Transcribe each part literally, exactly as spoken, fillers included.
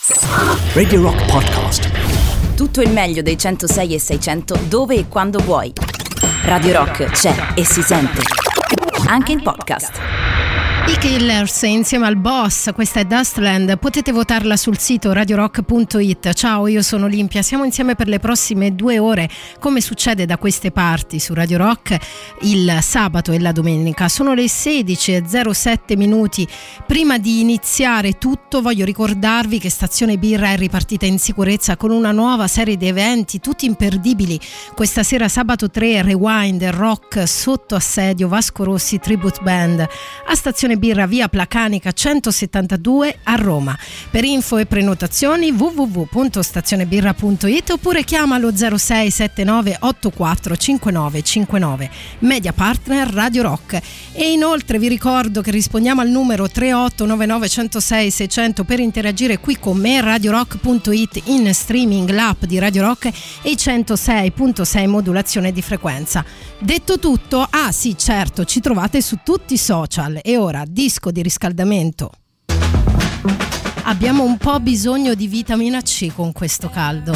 Radio Rock Podcast. Tutto il meglio dei centosei e seicento dove e quando vuoi. Radio Rock c'è e si sente anche in podcast. I Killers insieme al Boss, questa è Dustland, potete votarla sul sito radio rock punto it. Ciao, io sono Olimpia, siamo insieme per le prossime due ore, come succede da queste parti su Radio Rock il sabato e la domenica. Sono le sedici e zero sette minuti. Prima di iniziare tutto voglio ricordarvi che Stazione Birra è ripartita in sicurezza con una nuova serie di eventi tutti imperdibili. Questa sera sabato tre, Rewind, rock sotto assedio, Vasco Rossi Tribute Band a Stazione Birra via Placanica centosettantadue a Roma. Per info e prenotazioni w w w punto stazione birra punto it oppure chiama lo zero sei sette nove otto quattro cinque nove cinque nove. Media partner Radio Rock. E inoltre vi ricordo che rispondiamo al numero tre otto nove nove uno zero sei sei zero zero per interagire qui con me, radio rock punto it in streaming, l'app di Radio Rock e i centosei virgola sei modulazione di frequenza. Detto tutto, ah sì certo, ci trovate su tutti i social. E ora disco di riscaldamento. Abbiamo un po' bisogno di vitamina C con questo caldo.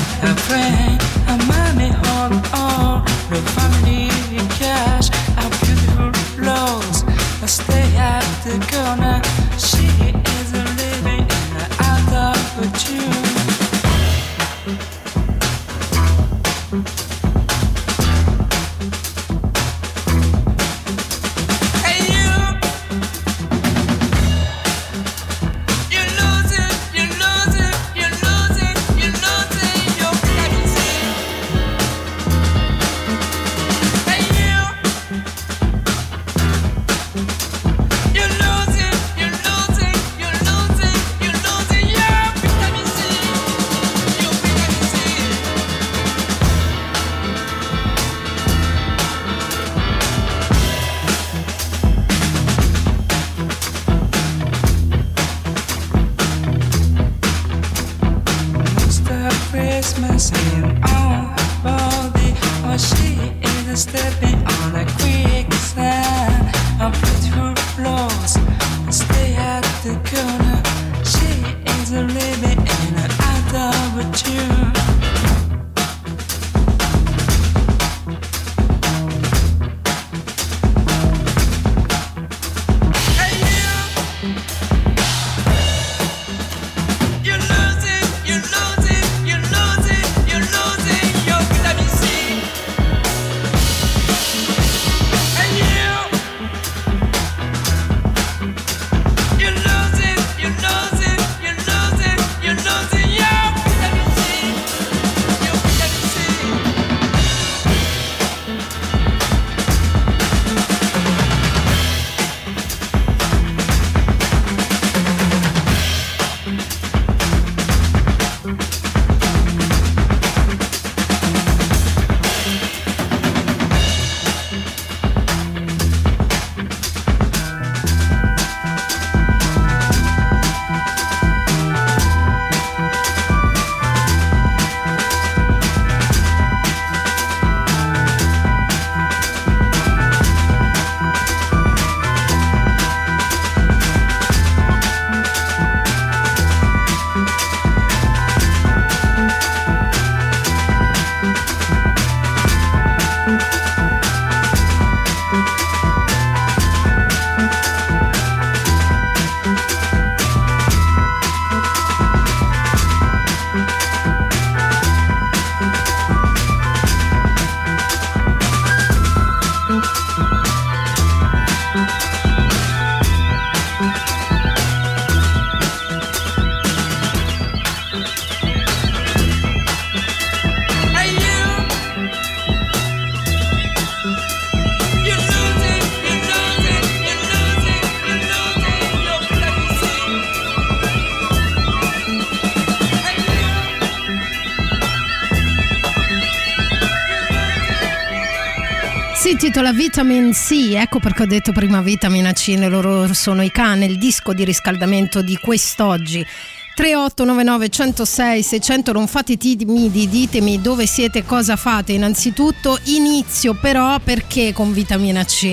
Si intitola Vitamin C, ecco perché ho detto prima vitamina C, loro sono i Can, il disco di riscaldamento di quest'oggi. tre otto nove nove uno zero sei sei zero zero, non fate timidi, ditemi dove siete, cosa fate. Innanzitutto inizio però perché con vitamina C.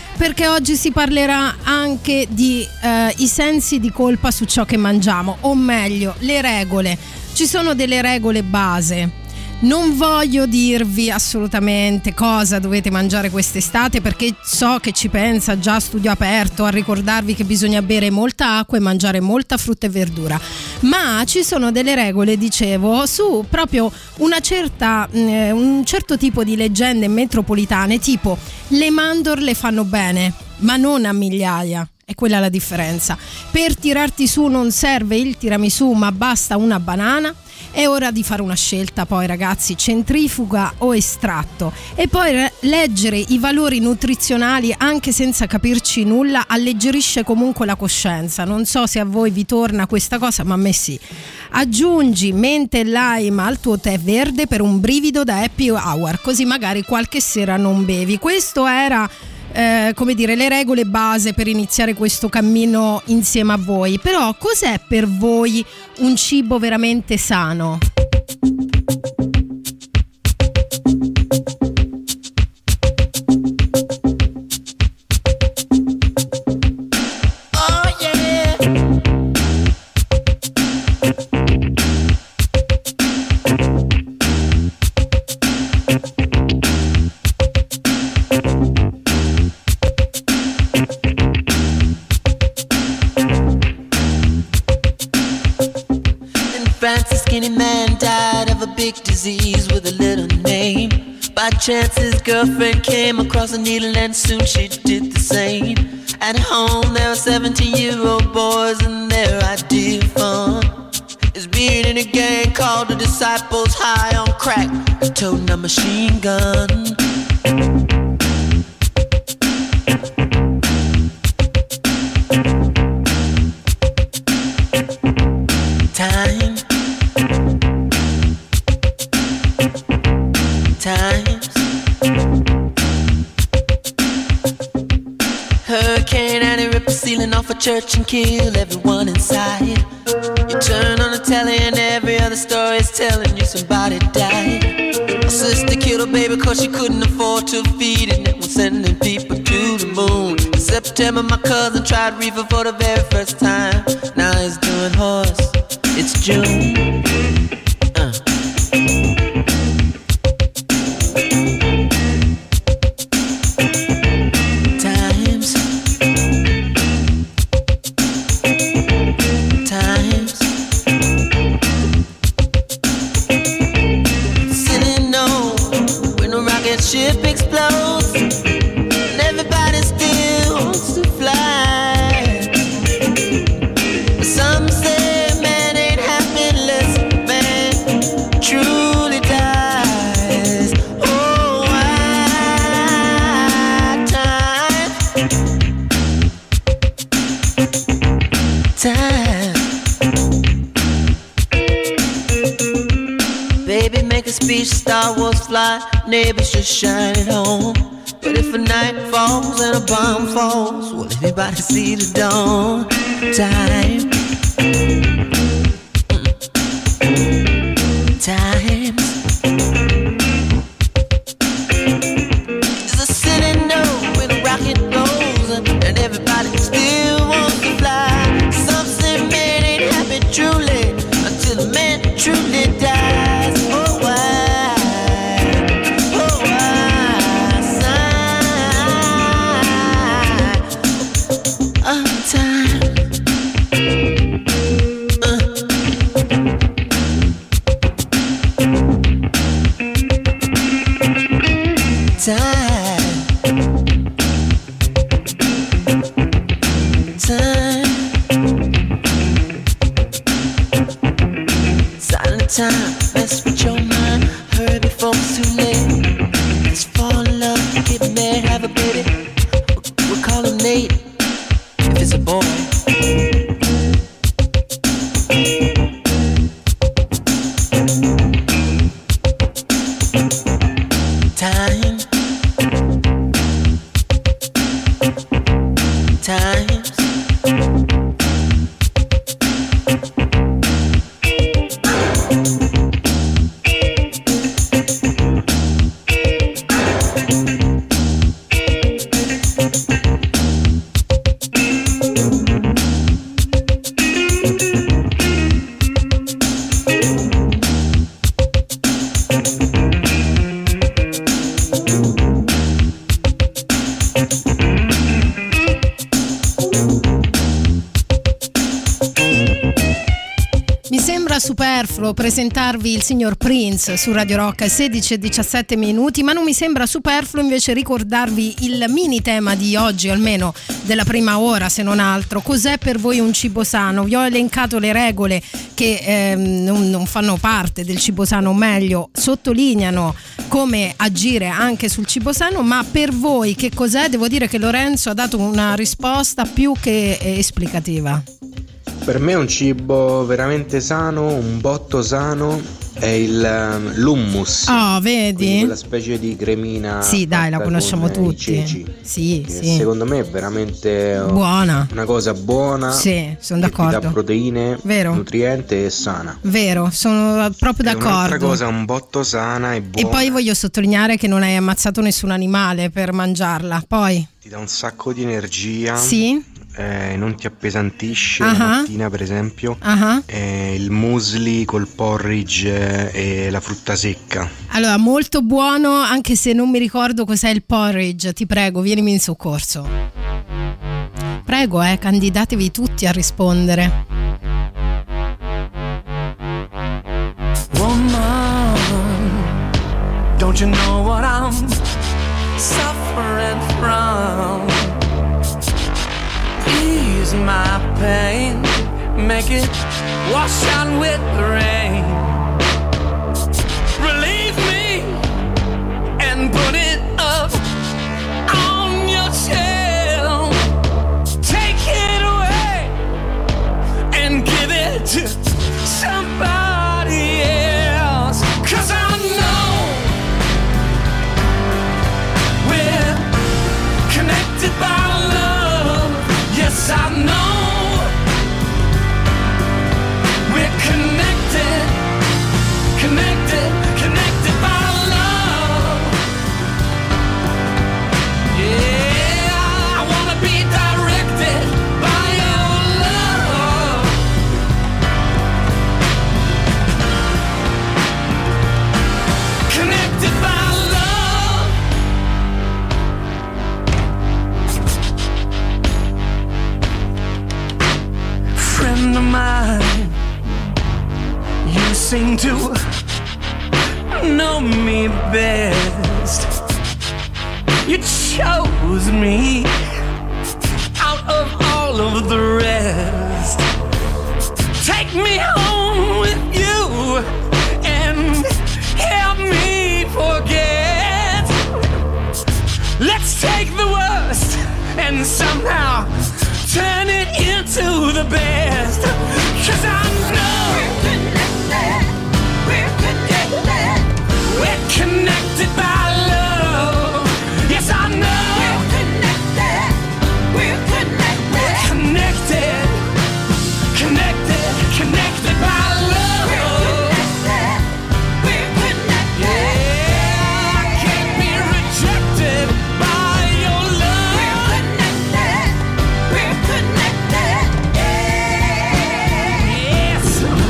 perché oggi si parlerà anche di eh, i sensi di colpa su ciò che mangiamo, o meglio, le regole. Ci sono delle regole base. Non voglio dirvi assolutamente cosa dovete mangiare quest'estate, perché so che ci pensa già a studio aperto a ricordarvi che bisogna bere molta acqua e mangiare molta frutta e verdura, ma ci sono delle regole, dicevo, su proprio una certa eh, un certo tipo di leggende metropolitane, tipo le mandorle fanno bene, ma non a migliaia. È quella la differenza. Per tirarti su non serve il tiramisù, ma basta una banana. È ora di fare una scelta, poi ragazzi, centrifuga o estratto. E poi re- leggere i valori nutrizionali anche senza capirci nulla alleggerisce comunque la coscienza. Non so se a voi vi torna questa cosa, ma a me sì. Aggiungi mente e lime al tuo tè verde per un brivido da happy hour, così magari qualche sera non bevi. Questo era Eh, come dire, le regole base per iniziare questo cammino insieme a voi. Però cos'è per voi un cibo veramente sano? Disease with a little name. By chance his girlfriend came across a needle and soon she did the same. At home there were seventeen year old boys and their idea of fun is being in a gang called the Disciples, high on crack, toting a machine gun. Time Times. Hurricane Annie ripped the ceiling off a church and killed everyone inside. You turn on the telly and every other story is telling you somebody died. My sister killed her baby cause she couldn't afford to feed it, and it was sending people to the moon. In September my cousin tried reefer for the very first time. Now he's doing horse. It's June. uh. Ship explodes and everybody still wants to fly. But some say man ain't happy unless man truly dies. Oh, why time, time. Baby, make a speech, Star Wars fly, neighbors just shine at home. But if a night falls and a bomb falls, will anybody see the dawn? Time, times. There's a city note when a rocket goes and everybody still wants to fly. Some say man ain't happy truly until the man truly dies. Time, mess with your mind. Hurry before it's too late. Let's fall in love, get married, have a baby. We'll call him Nate if it's a boy. Time, times. sembra superfluo presentarvi il signor Prince su Radio Rock sedici e diciassette minuti, ma non mi sembra superfluo invece ricordarvi il mini tema di oggi, o almeno della prima ora se non altro. Cos'è per voi un cibo sano? Vi ho elencato le regole che eh, non, non fanno parte del cibo sano, o meglio sottolineano come agire anche sul cibo sano, ma per voi che cos'è? Devo dire che Lorenzo ha dato una risposta più che eh, esplicativa. Per me un cibo veramente sano, un botto sano, è il l'hummus. Oh, vedi? Quella specie di cremina. Sì, dai, la conosciamo tutti. Ceci, sì, che sì. Secondo me è veramente buona. Una cosa buona. Sì, sono d'accordo. Che ti dà proteine, vero, nutriente e sana. Vero, sono proprio d'accordo. È un'altra cosa un botto sana e buona. E poi voglio sottolineare che non hai ammazzato nessun animale per mangiarla. Poi ti dà un sacco di energia. Sì. Eh, non ti appesantisce uh-huh. la mattina, per esempio. Uh-huh. eh, il muesli col porridge e la frutta secca. Allora, molto buono, anche se non mi ricordo cos'è il porridge. Ti prego, vienimi in soccorso. Prego, eh, candidatevi tutti a rispondere. Woman, don't you know what I'm suffering from? Ease my pain, make it wash out with the rain. Relieve me and put it up on your shelf. Take it away and give it to somebody else. 'Cause I know we're connected by love. Yes, I know we're connected, connected, connected by love. Yeah, I wanna be directed by your love. Connected by love. Friend of mine, you seem to know me best. You chose me out of all of the rest. Take me home with you and help me forget. Let's take the worst and somehow turn it into the best. 'Cause I know we're connected, we're connected, we're connected by love. Yes, I know we're connected, we're connected, we're connected, connected, connected by love. We're connected, we're connected. Yeah, I can't be rejected by your love. We're connected, we're connected. Yes.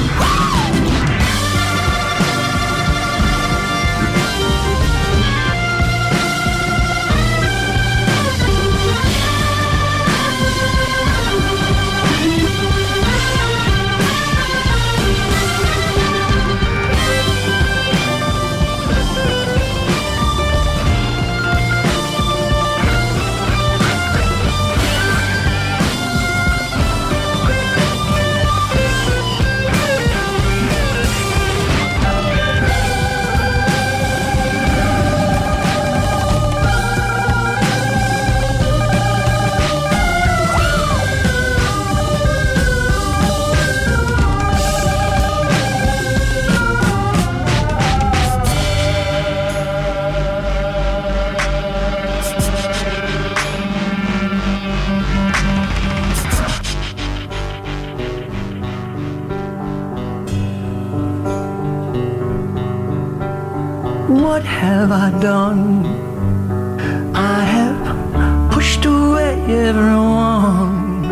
What have I done? I have pushed away everyone.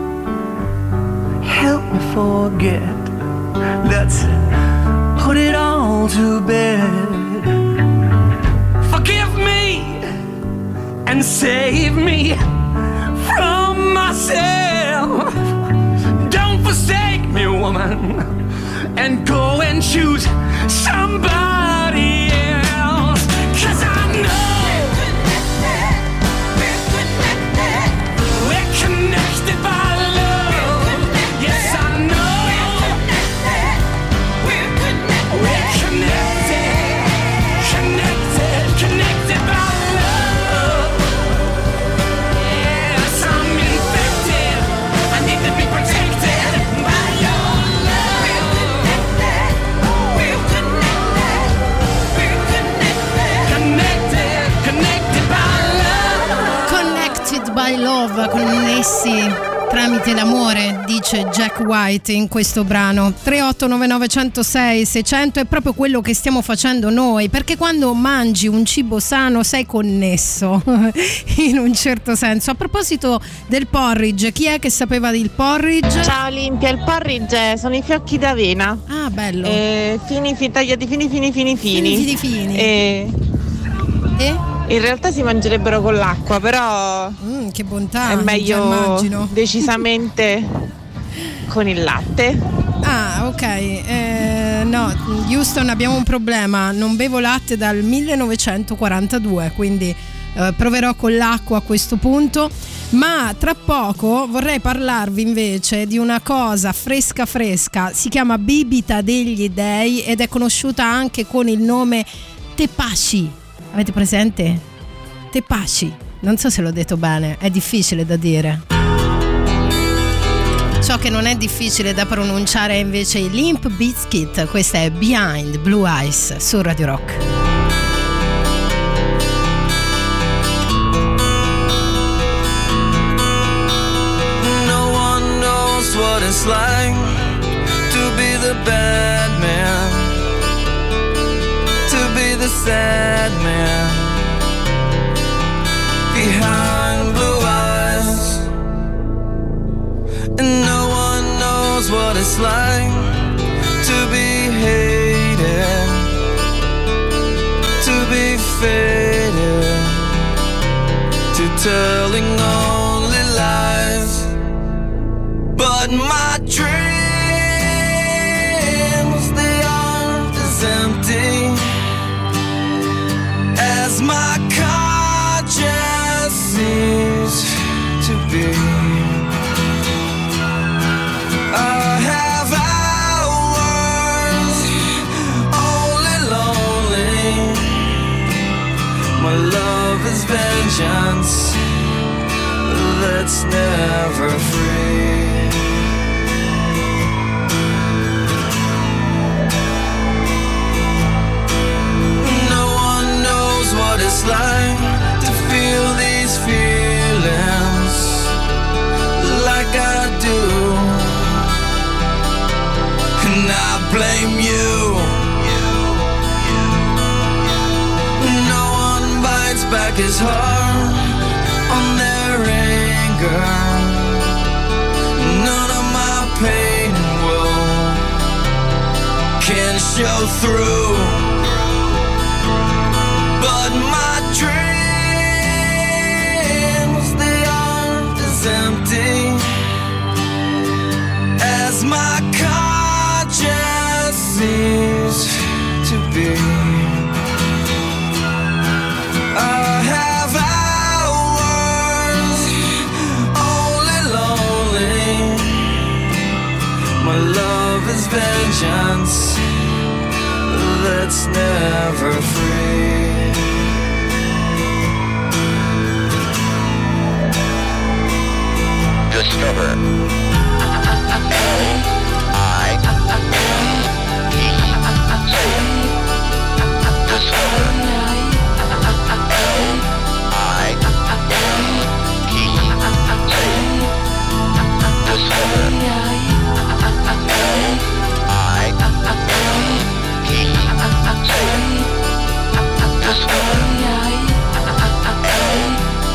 Help me forget. Let's put it all to bed. Forgive me and save me from myself. Don't forsake me, woman. and go and choose somebody else. 'Cause I know we're connected, we're connected by love. Yes, I know we're connected, we're connected, connected, connected by love. Yes, I'm infected, I need to be protected by your love. We're connected, we're connected, connected, connected by love. Connected by Love, connessi tramite l'amore, dice Jack White in questo brano. tre otto nove nove uno zero sei sei zero zero è proprio quello che stiamo facendo noi, perché quando mangi un cibo sano sei connesso in un certo senso. A proposito del porridge, chi è che sapeva del porridge? Ciao Olimpia, il porridge sono i fiocchi d'avena. Ah, bello. Eh, fini, fi- tagliati fini fini fini fini. Fini, fini, fini. Eh, E? in realtà si mangerebbero con l'acqua, però Mm, che bontà, è già meglio immagino. decisamente con il latte. Ah, ok. Eh, no, Houston, abbiamo un problema. Non bevo latte dal millenovecentoquarantadue, quindi eh, proverò con l'acqua a questo punto. Ma tra poco vorrei parlarvi invece di una cosa fresca fresca. Si chiama Bibita degli Dei ed è conosciuta anche con il nome Tepashi. Avete presente? Tepashi. Non so se l'ho detto bene, è difficile da dire. Ciò che non è difficile da pronunciare è invece il Limp Bizkit. Questa è Behind Blue Eyes su Radio Rock. No one knows what it's like to be the bad man, to be the sad man behind blue eyes. And no one knows what it's like to be hated, to be faded, to telling only lies. But my dreams, they aren't as empty as my conscience seems to be. I have hours only lonely. My love is vengeance that's never free. No one knows what it's like to feel these feelings like I do. And I blame you. No one bites back his heart on their anger. None of my pain and woe can show through. But my dreams, they aren't as empty as my conscience seems to be. I have hours only lonely. My love is vengeance that's never free. Discover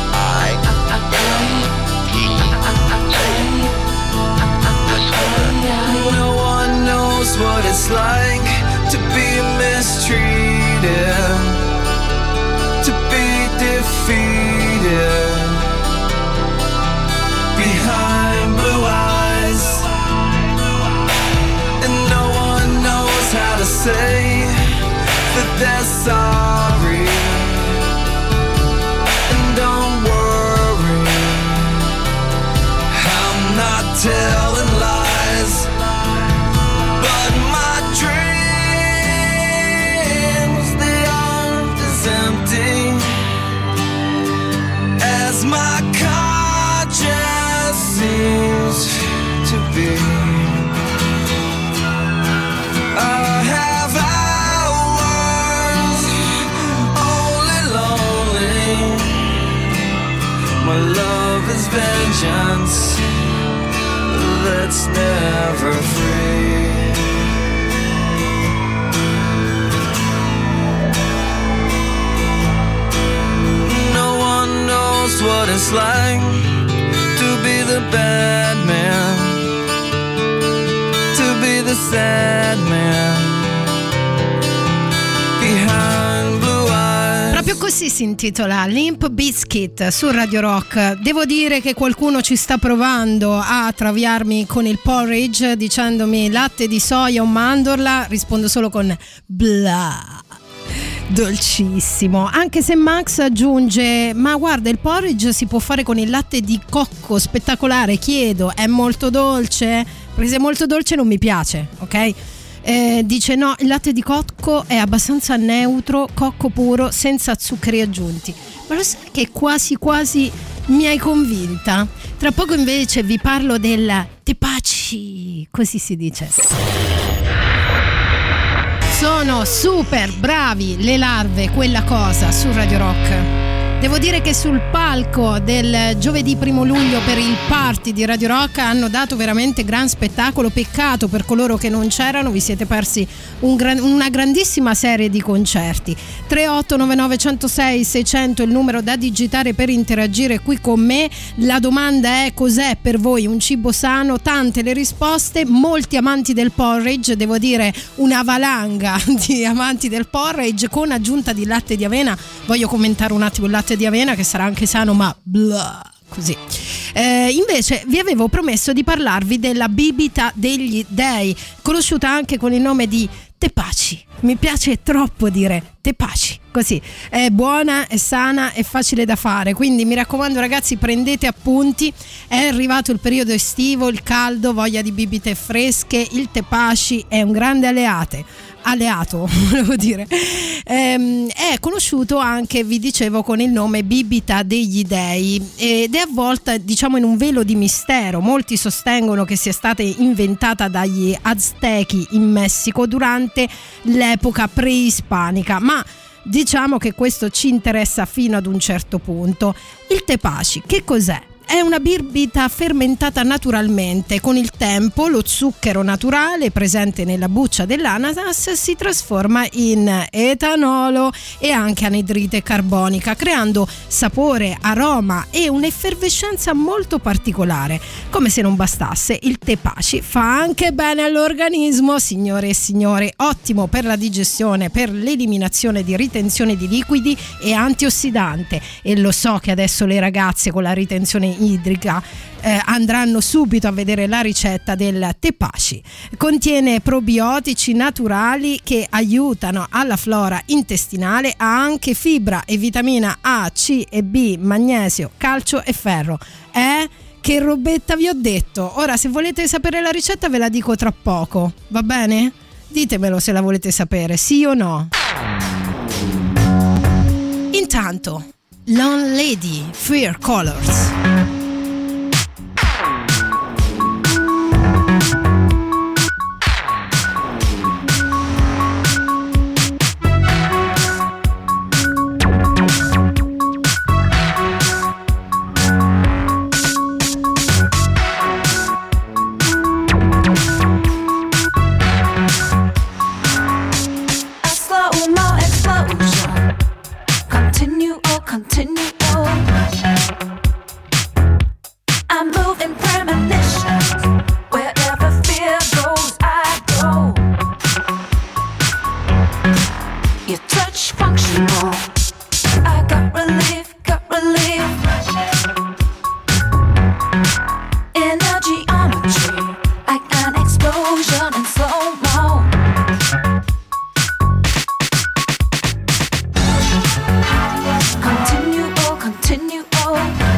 Discover what it's like to be the bad man, to be the sad man behind blue eyes. Proprio così si intitola Limp Bizkit su Radio Rock. Devo dire che qualcuno ci sta provando a traviarmi con il porridge dicendomi latte di soia o mandorla, rispondo solo con bla. Dolcissimo, anche se Max aggiunge ma guarda il porridge si può fare con il latte di cocco, spettacolare. Chiedo, è molto dolce? Perché se è molto dolce non mi piace, ok? Eh, dice no, il latte di cocco è abbastanza neutro, cocco puro senza zuccheri aggiunti. Ma lo sai che quasi quasi mi hai convinta? Tra poco invece vi parlo del tepaci, così si dice. Sono super bravi le larve, quella cosa, su Radio Rock. Devo dire che sul palco del giovedì primo luglio per il party di Radio Rock hanno dato veramente gran spettacolo. Peccato per coloro che non c'erano, vi siete persi un gran, una grandissima serie di concerti. tre otto nove nove zero sei sei zero zero il numero da digitare per interagire qui con me. La domanda è: cos'è per voi un cibo sano? Tante le risposte, molti amanti del porridge, devo dire una valanga di amanti del porridge con aggiunta di latte di avena. Voglio commentare un attimo il latte di avena che sarà anche sano ma blah, così. Eh, invece vi avevo promesso di parlarvi della bibita degli dei, conosciuta anche con il nome di tepaci. Mi piace troppo dire tepaci, così è buona, è sana, è facile da fare, quindi mi raccomando ragazzi, prendete appunti. È arrivato il periodo estivo, il caldo, voglia di bibite fresche. Il tepaci è un grande alleate alleato, volevo dire. Ehm, è conosciuto anche, vi dicevo, con il nome bibita degli dei ed è avvolta, diciamo, in un velo di mistero. Molti sostengono che sia stata inventata dagli Aztechi in Messico durante l'epoca preispanica, ma diciamo che questo ci interessa fino ad un certo punto. Il tepaci che cos'è? È una bibita fermentata naturalmente. Con il tempo lo zucchero naturale presente nella buccia dell'ananas si trasforma in etanolo e anche anidride carbonica, creando sapore, aroma e un'effervescenza molto particolare. Come se non bastasse, il tepaci fa anche bene all'organismo, signore e signori. Ottimo per la digestione, per l'eliminazione di ritenzione di liquidi e antiossidante. E lo so che adesso le ragazze con la ritenzione idrica eh, andranno subito a vedere la ricetta del tepaci. Contiene probiotici naturali che aiutano alla flora intestinale, ha anche fibra e vitamina A, C e B, magnesio, calcio e ferro. Eh? Che robetta vi ho detto. Ora, se volete sapere la ricetta ve la dico tra poco, va bene? Ditemelo se la volete sapere, sì o no. Intanto Lone Lady, Fear Colors. Continue on. I'm moving premonitions. Wherever fear goes, I go. Your touch functional. I got relief, got relief. Energy geometry, like an explosion in slow-mo. Continue, oh, continue, oh.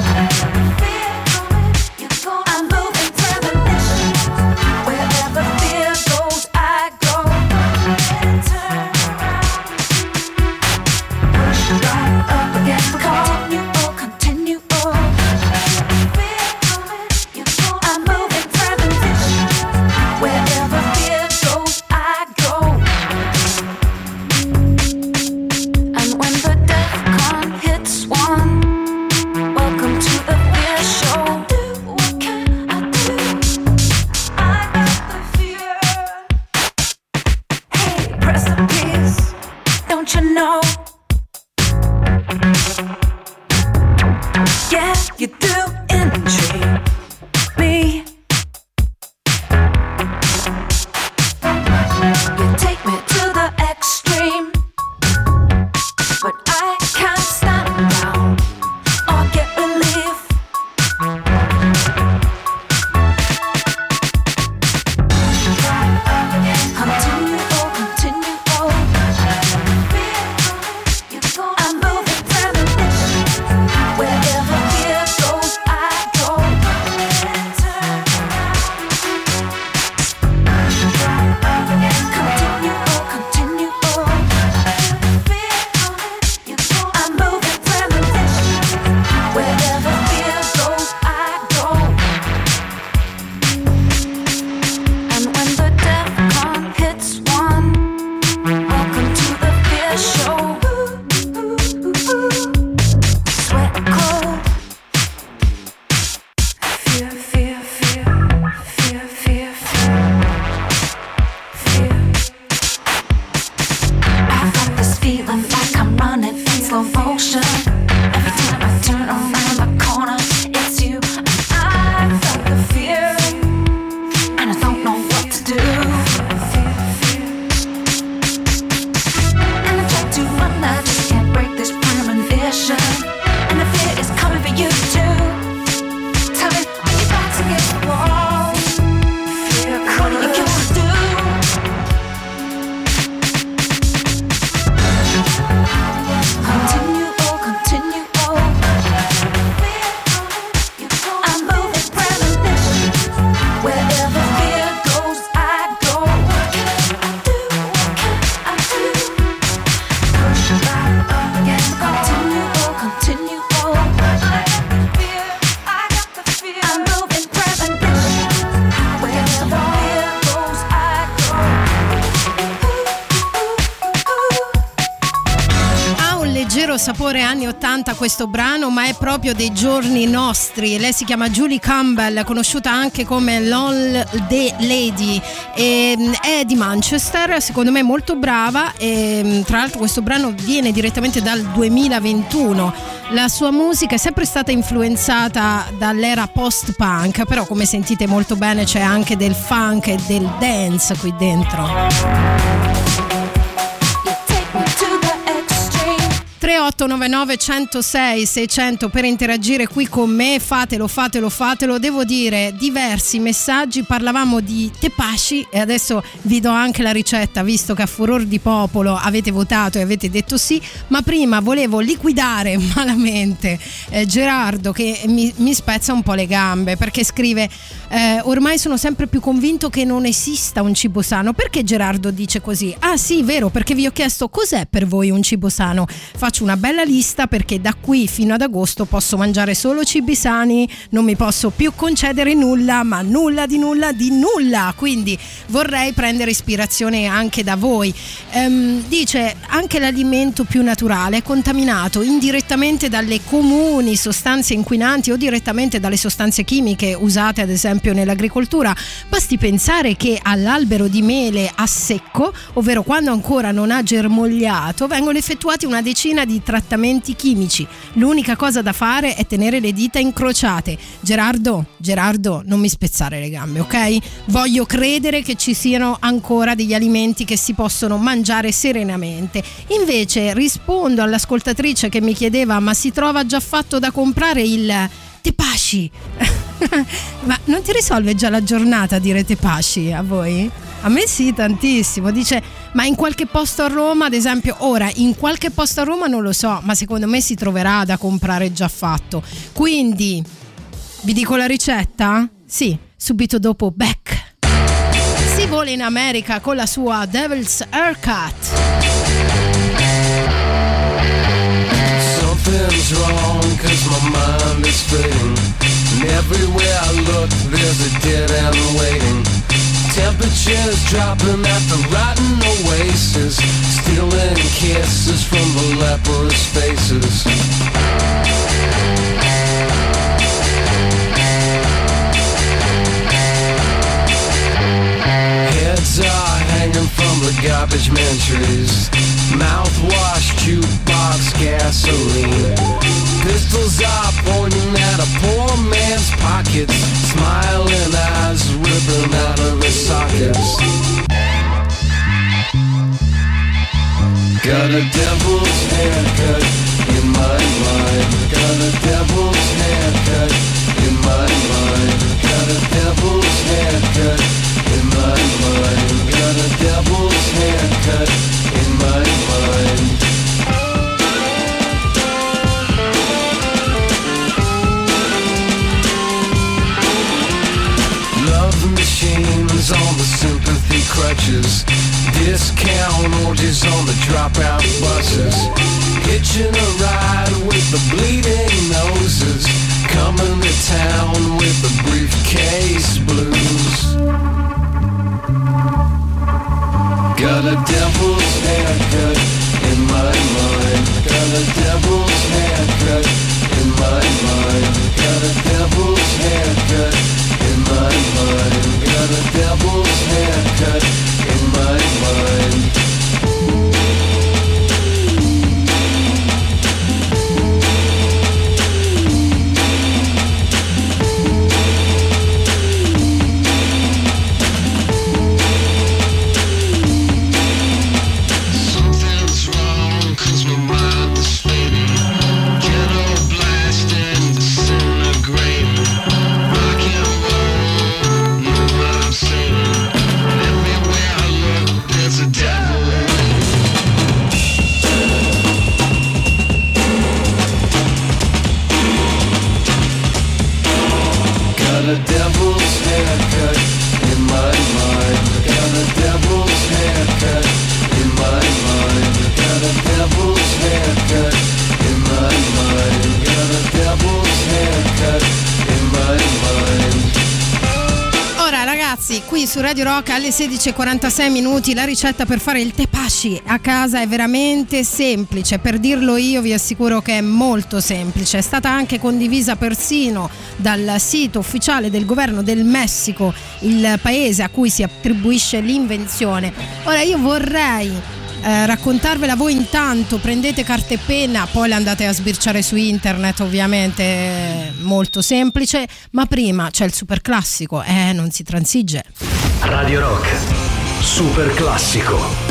I'm moving premonitions. Wherever fear goes, I go. Turn around. Push right up against the call. Continue, oh, continue, oh. I'm moving premonitions. Wherever fear goes, I go. And when the DEFCON hits one, welcome to the fear show. What can I do? I got the fear. Hey, precipice, don't you know? Yeah. you do intrigue me. You take me to the extreme, but I can't stand down or get relief. Continue, oh, continue, oh. I'm moving premonition. Wherever fear goes, I go. Continue, oh, continue, oh. I'm moving premonition. Wherever fear goes, I go. And when the DEFCON hits one, welcome to the fear show. Sweat cold. Fear, fear, fear, fear, fear, fear, fear. I've got this feeling like I'm running in slow motion. Every time I turn around the corner, it's you. And I felt the fear, and I don't know what to do. And I try to run, I just can't break this premonition. And the fear is coming for you too. Tell me, are your back's against the wall? Fear, what are you gonna do? Continue, oh, continue, oh. I'm moving premonition. Wherever fear goes, I go. What can I do? What can I do? Push back again. Continue, oh, continue, oh. Fear, I got the fear. I'm moving premonition. Wherever fear goes, I Ha un leggero sapore anni ottanta questo brano, ma è proprio dei giorni nostri. Lei si chiama Julie Campbell, conosciuta anche come Lol The Lady, e è di Manchester, secondo me molto brava, e tra l'altro questo brano viene direttamente dal duemilaventuno. La sua musica è sempre stata influenzata dall'era post-punk, però come sentite molto bene c'è anche del funk e del dance qui dentro. take me to the extreme. tre otto nove nove uno zero sei sei zero zero per interagire qui con me, fatelo, fatelo, fatelo. Devo dire, diversi messaggi, parlavamo di tepashi e adesso vi do anche la ricetta, visto che a furor di popolo avete votato e avete detto sì, ma prima volevo liquidare malamente eh, Gerardo, che mi, mi spezza un po' le gambe, perché scrive eh, ormai sono sempre più convinto che non esista un cibo sano. Perché Gerardo dice così? Ah sì, vero, perché vi ho chiesto cos'è per voi un cibo sano. Faccio una bella lista, perché da qui fino ad agosto posso mangiare solo cibi sani, non mi posso più concedere nulla, ma nulla di nulla di nulla, quindi vorrei prendere ispirazione anche da voi. Ehm, dice anche l'alimento più naturale è contaminato indirettamente dalle comuni sostanze inquinanti o direttamente dalle sostanze chimiche usate ad esempio nell'agricoltura. Basti pensare che all'albero di mele a secco, ovvero quando ancora non ha germogliato, vengono effettuati una decina di trattamenti chimici. L'unica cosa da fare è tenere le dita incrociate. Gerardo, Gerardo, non mi spezzare le gambe, ok? Voglio credere che ci siano ancora degli alimenti che si possono mangiare serenamente. Invece rispondo all'ascoltatrice che mi chiedeva: ma si trova già fatto da comprare il tepashi? Ma non ti risolve già la giornata a dire tepashi a voi? A me sì, tantissimo. Dice, ma in qualche posto a Roma, ad esempio, ora in qualche posto a Roma non lo so, ma secondo me si troverà da comprare già fatto. Quindi vi dico la ricetta? Sì, subito dopo Beck. Si vola in America con la sua Devil's Haircut. Something's wrong, cause my mind is fading. And everywhere I look, there's a dead end waiting. Temperatures dropping at the rotten oasis, stealing kisses from the leprous faces. Heads are hanging from the garbage mentries, mouthwash, jukebox, gasoline. Pistols are pointing at a poor man's pockets, smiling eyes ripping out of his sockets. Got a devil's haircut in my mind. Got a devil's haircut in my mind. Got a devil's haircut in my mind. Got a devil's haircut in my mind. Love machines on the sympathy crutches, discount orgies on the dropout buses, hitching a ride with the bleeding noses, coming to town with the briefcase blues. Got a devil's haircut in my mind. Got a devil's haircut in my mind. Got a devil's haircut in my mind. Got a devil's haircut in my mind. Got a devil's haircut in my mind. Got a devil's haircut in my mind. Got a devil's haircut in my mind. Got a devil's haircut in my mind. Ora ragazzi, qui su Radio Rock alle sedici e quarantasei minuti la ricetta per fare il tepashi a casa è veramente semplice. Per dirlo io vi assicuro che è molto semplice. È stata anche condivisa persino dal sito ufficiale del governo del Messico, il paese a cui si attribuisce l'invenzione. Ora io vorrei Eh, raccontarvela voi. Intanto prendete carta e penna, poi la andate a sbirciare su internet, ovviamente è molto semplice, ma prima c'è il super classico, eh non si transige. Radio Rock Super Classico.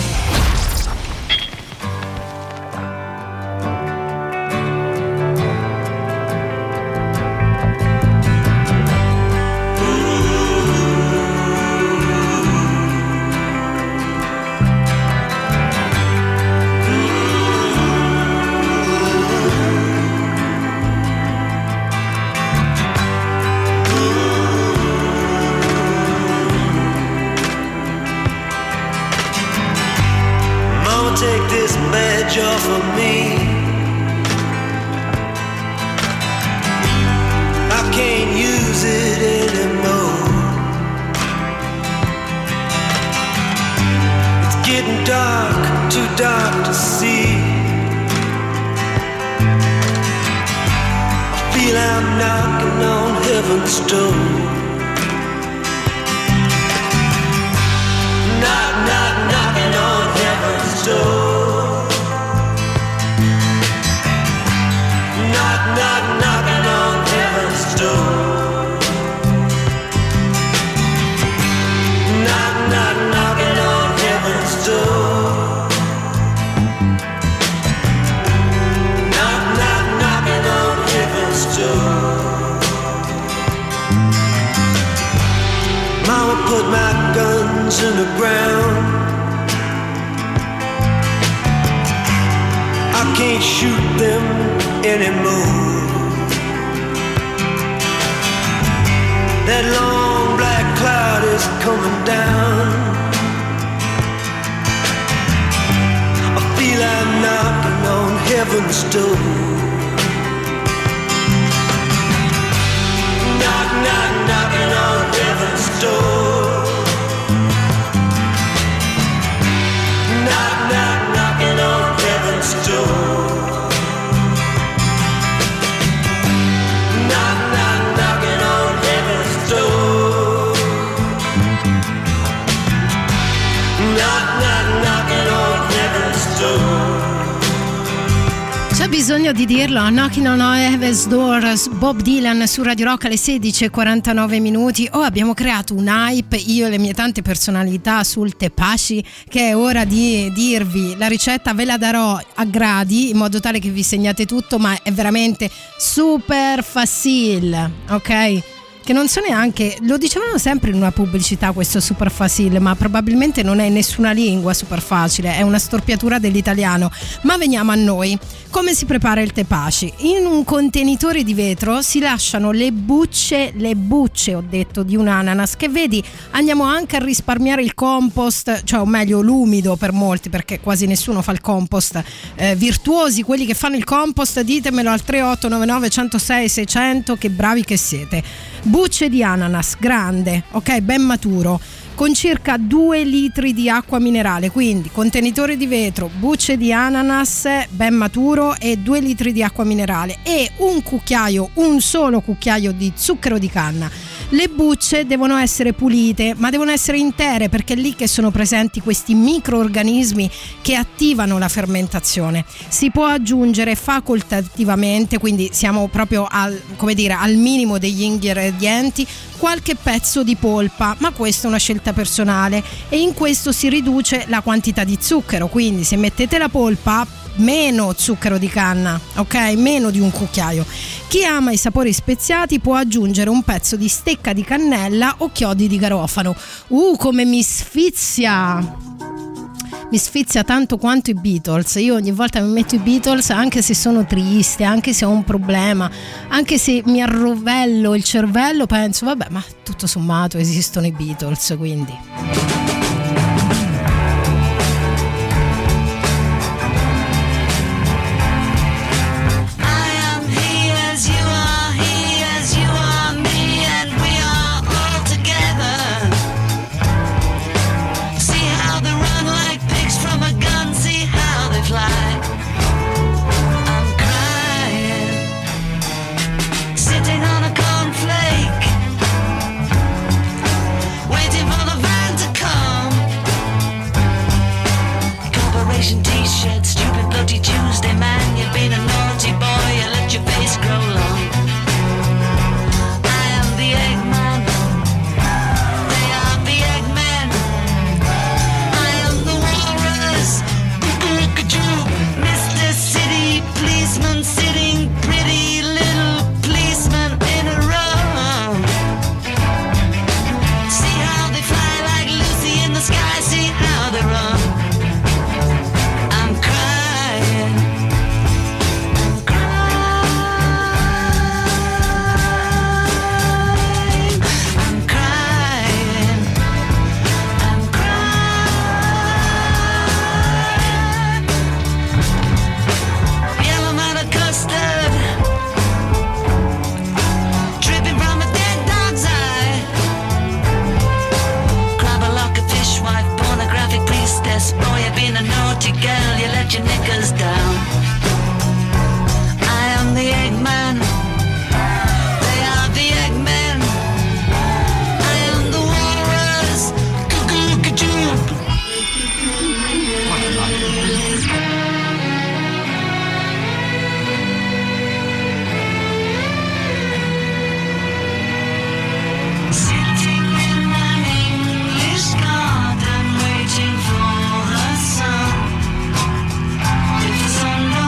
Off of me, I can't use it anymore. It's getting dark, too dark to see. I feel I'm knocking on heaven's door. Knock, knock, knocking on heaven's door. Knock, knocking on heaven's door. Knock, knock, knocking on heaven's door. Knock, knock, knocking on heaven's door. Mama put my guns in the ground. I can't shoot them anymore. That long black cloud is coming down. I feel I'm knocking on heaven's door. Knock, knock, knocking on heaven's door. Knock, knock, knocking on heaven's door. Knock, knock, knocking on heaven's door. Knock, knock, knock. bisogno di dirlo, Knocking on Heaven's Doors, Bob Dylan su Radio Rock alle sedici e quarantanove minuti. Oh, abbiamo creato un hype, io e le mie tante personalità, sul tepashi, che è ora di dirvi la ricetta. Ve la darò a gradi in modo tale che vi segnate tutto, ma è veramente super facile, ok? Che non so neanche, lo dicevano sempre in una pubblicità questo super facile, ma probabilmente non è in nessuna lingua super facile, è una storpiatura dell'italiano. Ma veniamo a noi. Come si prepara il tepashi? In un contenitore di vetro si lasciano le bucce, le bucce ho detto, di un ananas, che vedi andiamo anche a risparmiare il compost, cioè o meglio l'umido per molti, perché quasi nessuno fa il compost. Eh, virtuosi quelli che fanno il compost, ditemelo al tre otto nove nove uno zero sei sei zero zero, che bravi che siete. Bucce di ananas grande, ok, ben maturo, con circa due litri di acqua minerale, quindi contenitore di vetro, bucce di ananas ben maturo e due litri di acqua minerale e un cucchiaio, un solo cucchiaio di zucchero di canna. Le bucce devono essere pulite, ma devono essere intere, perché è lì che sono presenti questi microorganismi che attivano la fermentazione. Si può aggiungere facoltativamente, quindi siamo proprio al, come dire, al minimo degli ingredienti, qualche pezzo di polpa, ma questa è una scelta personale e in questo si riduce la quantità di zucchero, quindi se mettete la polpa meno zucchero di canna, ok? Meno di un cucchiaio. Chi ama i sapori speziati può aggiungere un pezzo di stecca di cannella o chiodi di garofano. Uh, come mi sfizia! Mi sfizia tanto quanto i Beatles. Io ogni volta mi metto i Beatles, anche se sono triste, anche se ho un problema, anche se mi arrovello il cervello, penso vabbè, ma tutto sommato esistono i Beatles, quindi Tuesday man, you've been a naughty boy, you let your face grow long. I am the Eggman, they are the Eggmen. I am the Walrus, Mister City Policeman, sitting pretty little policeman in a row. See how they fly like Lucy in the sky, see how they run. Boy, you've been a naughty girl, you let your knickers down. I am the Eggman, they are the Eggmen. I am the Walrus, cuckoo-ca-choop. Sitting in an English garden, waiting for the sun. If the sun don't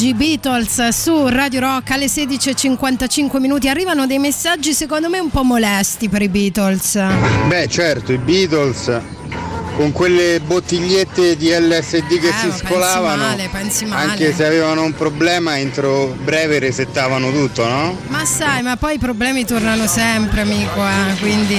oggi Beatles su Radio Rock alle sedici e cinquantacinque minuti. Arrivano dei messaggi secondo me un po' molesti per i Beatles. Beh certo, i Beatles con quelle bottigliette di L S D che eh, si scolavano, pensi male, pensi male. Anche se avevano un problema entro breve resettavano tutto, no? Ma sai, ma poi i problemi tornano sempre, amico, eh, quindi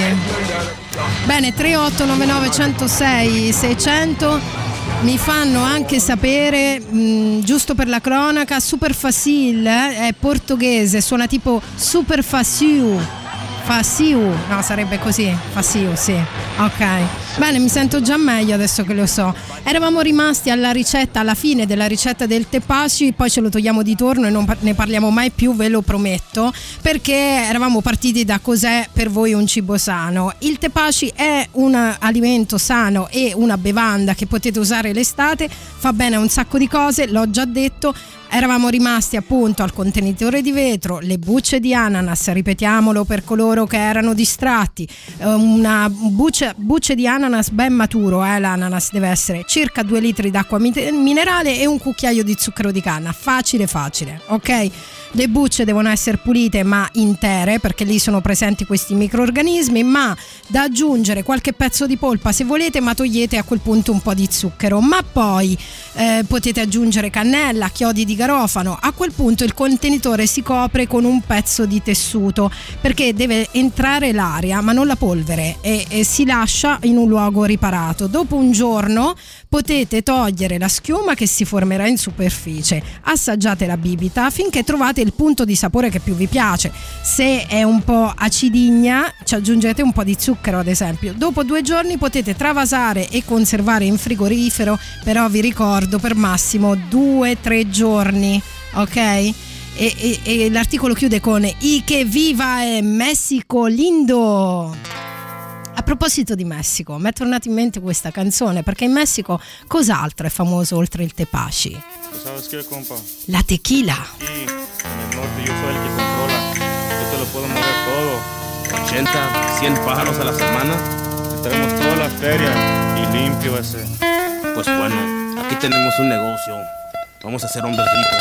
bene. Tre otto nove nove uno zero sei sei zero zero. Mi fanno anche sapere, mh, giusto per la cronaca, Super Facile eh, è portoghese, suona tipo Super Faciu. Faciu, no, sarebbe così, Faciu, sì. Ok, bene, mi sento già meglio adesso che lo so. Eravamo rimasti alla ricetta, alla fine della ricetta del tepaci, poi ce lo togliamo di torno e non ne parliamo mai più, ve lo prometto, perché eravamo partiti da cos'è per voi un cibo sano. Il tepaci è un alimento sano e una bevanda che potete usare l'estate, fa bene a un sacco di cose, l'ho già detto. Eravamo rimasti appunto al contenitore di vetro, le bucce di ananas, ripetiamolo per coloro che erano distratti, una buccia, bucce di ananas ben maturo, eh, l'ananas deve essere circa due litri d'acqua minerale e un cucchiaio di zucchero di canna, facile facile, ok? Le bucce devono essere pulite ma intere, perché lì sono presenti questi microrganismi, ma da aggiungere qualche pezzo di polpa se volete, ma togliete a quel punto un po' di zucchero. Ma poi eh, potete aggiungere cannella, chiodi di garofano. A quel punto il contenitore si copre con un pezzo di tessuto, perché deve entrare l'aria ma non la polvere, e, e si lascia in un luogo riparato. Dopo un giorno potete togliere la schiuma che si formerà in superficie, assaggiate la bibita finché trovate il punto di sapore che più vi piace. Se è un po' acidigna ci aggiungete un po' di zucchero, ad esempio. Dopo due giorni potete travasare e conservare in frigorifero, però vi ricordo per massimo due tre giorni, ok? E, e, e l'articolo chiude con "Y que viva è Messico lindo". A proposito di Messico, mi è tornata in mente questa canzone, perché in Messico cos'altro è famoso oltre il tepaci? ¿Sabes qué, compa? La tequila. Aquí, en el norte, yo soy el que controla. Yo te lo puedo mover todo. ochenta, cien pájaros a la semana. Te traemos toda la feria y limpio ese. Pues bueno, aquí tenemos un negocio. Vamos a ser hombres ricos.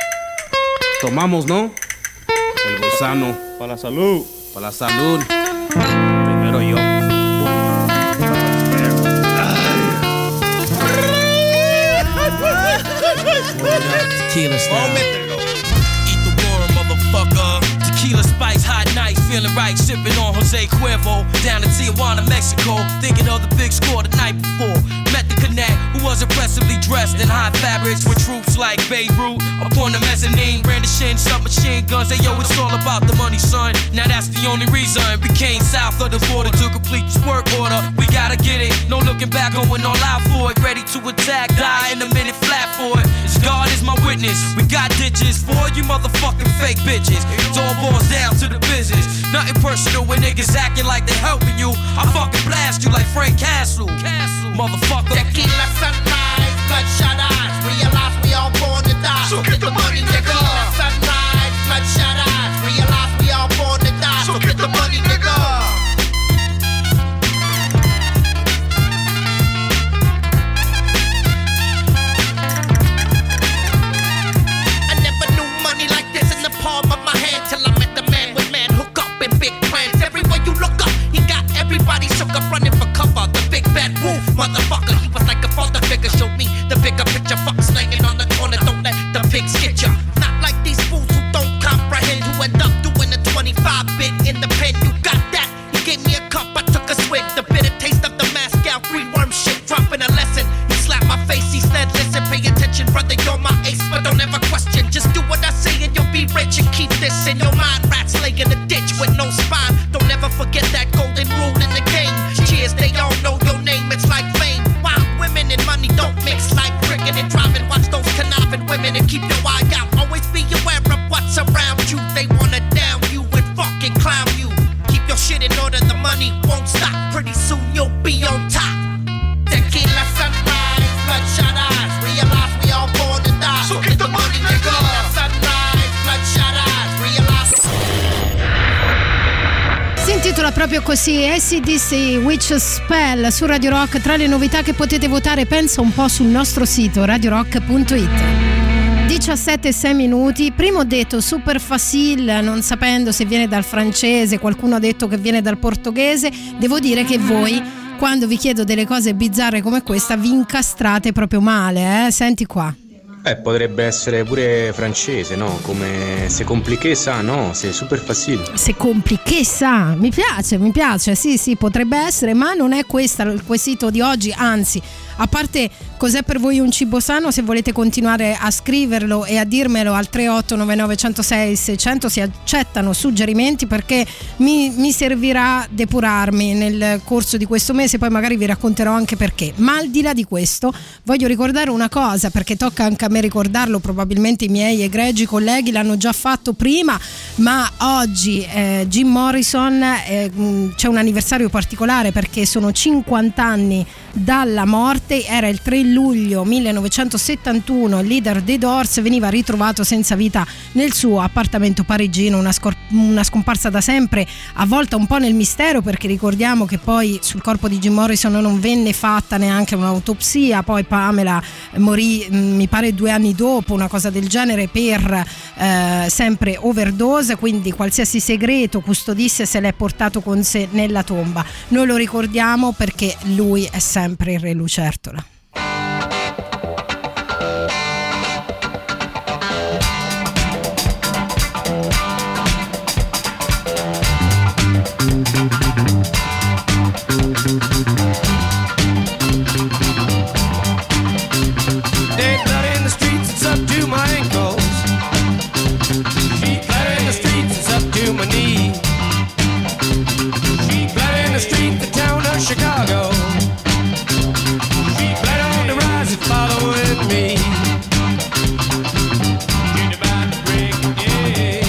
Tomamos, ¿no? El gusano. Para la salud. Para la salud. Primero yo. Tequila style. Eat the worm, motherfucker. Tequila spice, hot night, feeling right, sipping on Jose Cuervo. Down in Tijuana, Mexico, thinking of the big score the night before. Met the connect, who was impressively dressed in hot fabrics with troops like Beirut upon the mezzanine, brandishing submachine guns. Hey yo, it's all about the money, son. Now that's the only reason we came south of the border to complete this work order. We gotta get it, no looking back, going all out for it. Ready to attack, die in a minute, flat for it. As God is my witness, we got ditches for you motherfucking fake bitches. It all boils down to the business, nothing personal when niggas acting like they helping you. I fucking blast you like Frank Castle, Castle. Motherfucker. Tequila sunrise, bloodshot eyes, realize we all born to die. So get the money, nigga. Tequila sunrise, bloodshot eyes, realize we all born to die. So get the money, nigga. I never knew money like this in the palm of my hand till I met the man with man hook up and big plans. Everywhere you look up, he got everybody shook up running for cover. The big bad wolf, motherfucker, he was like a father figure. Showed me the bigger picture. Fuck slanging on the corner, don't let the pigs get ya. Not like these fools who don't comprehend, who end up doing a twenty-five bit in the pen. You got that? He gave me a cup, I took a swig. The bitter taste of the Moscow free worm shit, dropping a lesson. He slapped my face, he said, listen, pay attention, brother, you're my ace, but don't ever question. Just do what I say and you'll be rich, and keep this in your mind. Rats lay in a ditch with no spine. Don't ever forget that golden rule in the game. Cheers, they all know your name, it's like fame. Wild women and money don't mix, like drinking and driving. Watch those conniving women and keep your eye out. Always be aware of what's around you. They wanna down you and fucking clown you. Keep your shit in order, the money won't stop. Pretty soon you'll be on top. Tequila sunrise, bloodshot eyes, realize we all born to die. So get the money, nigga. Tequila sunrise, bloodshot eyes, realize. Si intitola proprio così, A C D C Witch Spell su Radio Rock, tra le novità che potete votare. Pensa un po' sul nostro sito radio rock punto it. D diciassette e sei minuti. Prima ho detto super facile, non sapendo se viene dal francese, qualcuno ha detto che viene dal portoghese. Devo dire che voi, quando vi chiedo delle cose bizzarre come questa, vi incastrate proprio male, eh? Senti qua. Eh, potrebbe essere pure francese, no? Come c'est compliqué ça, no? C'est super facile. C'est compliqué ça, mi piace, mi piace, sì sì, potrebbe essere, ma non è questo il quesito di oggi, anzi, a parte cos'è per voi un cibo sano, se volete continuare a scriverlo e a dirmelo al tre otto nove nove uno zero sei sei zero zero si accettano suggerimenti, perché mi, mi servirà depurarmi nel corso di questo mese, poi magari vi racconterò anche perché. Ma al di là di questo voglio ricordare una cosa, perché tocca anche a me ricordarlo, probabilmente i miei egregi colleghi l'hanno già fatto prima, ma oggi eh, Jim Morrison eh, c'è un anniversario particolare perché sono cinquanta anni dalla morte. Era il tre luglio millenovecentosettantuno, il leader dei Doors veniva ritrovato senza vita nel suo appartamento parigino, una, scor- una scomparsa da sempre avvolta un po' nel mistero, perché ricordiamo che poi sul corpo di Jim Morrison non venne fatta neanche un'autopsia, poi Pamela morì mi pare due anni dopo, una cosa del genere, per eh, sempre overdose, quindi qualsiasi segreto custodisse se l'è portato con sé nella tomba. Noi lo ricordiamo perché lui è sempre il re lucertola. Chicago, she bled on the rise and following me. She's about to break, yeah.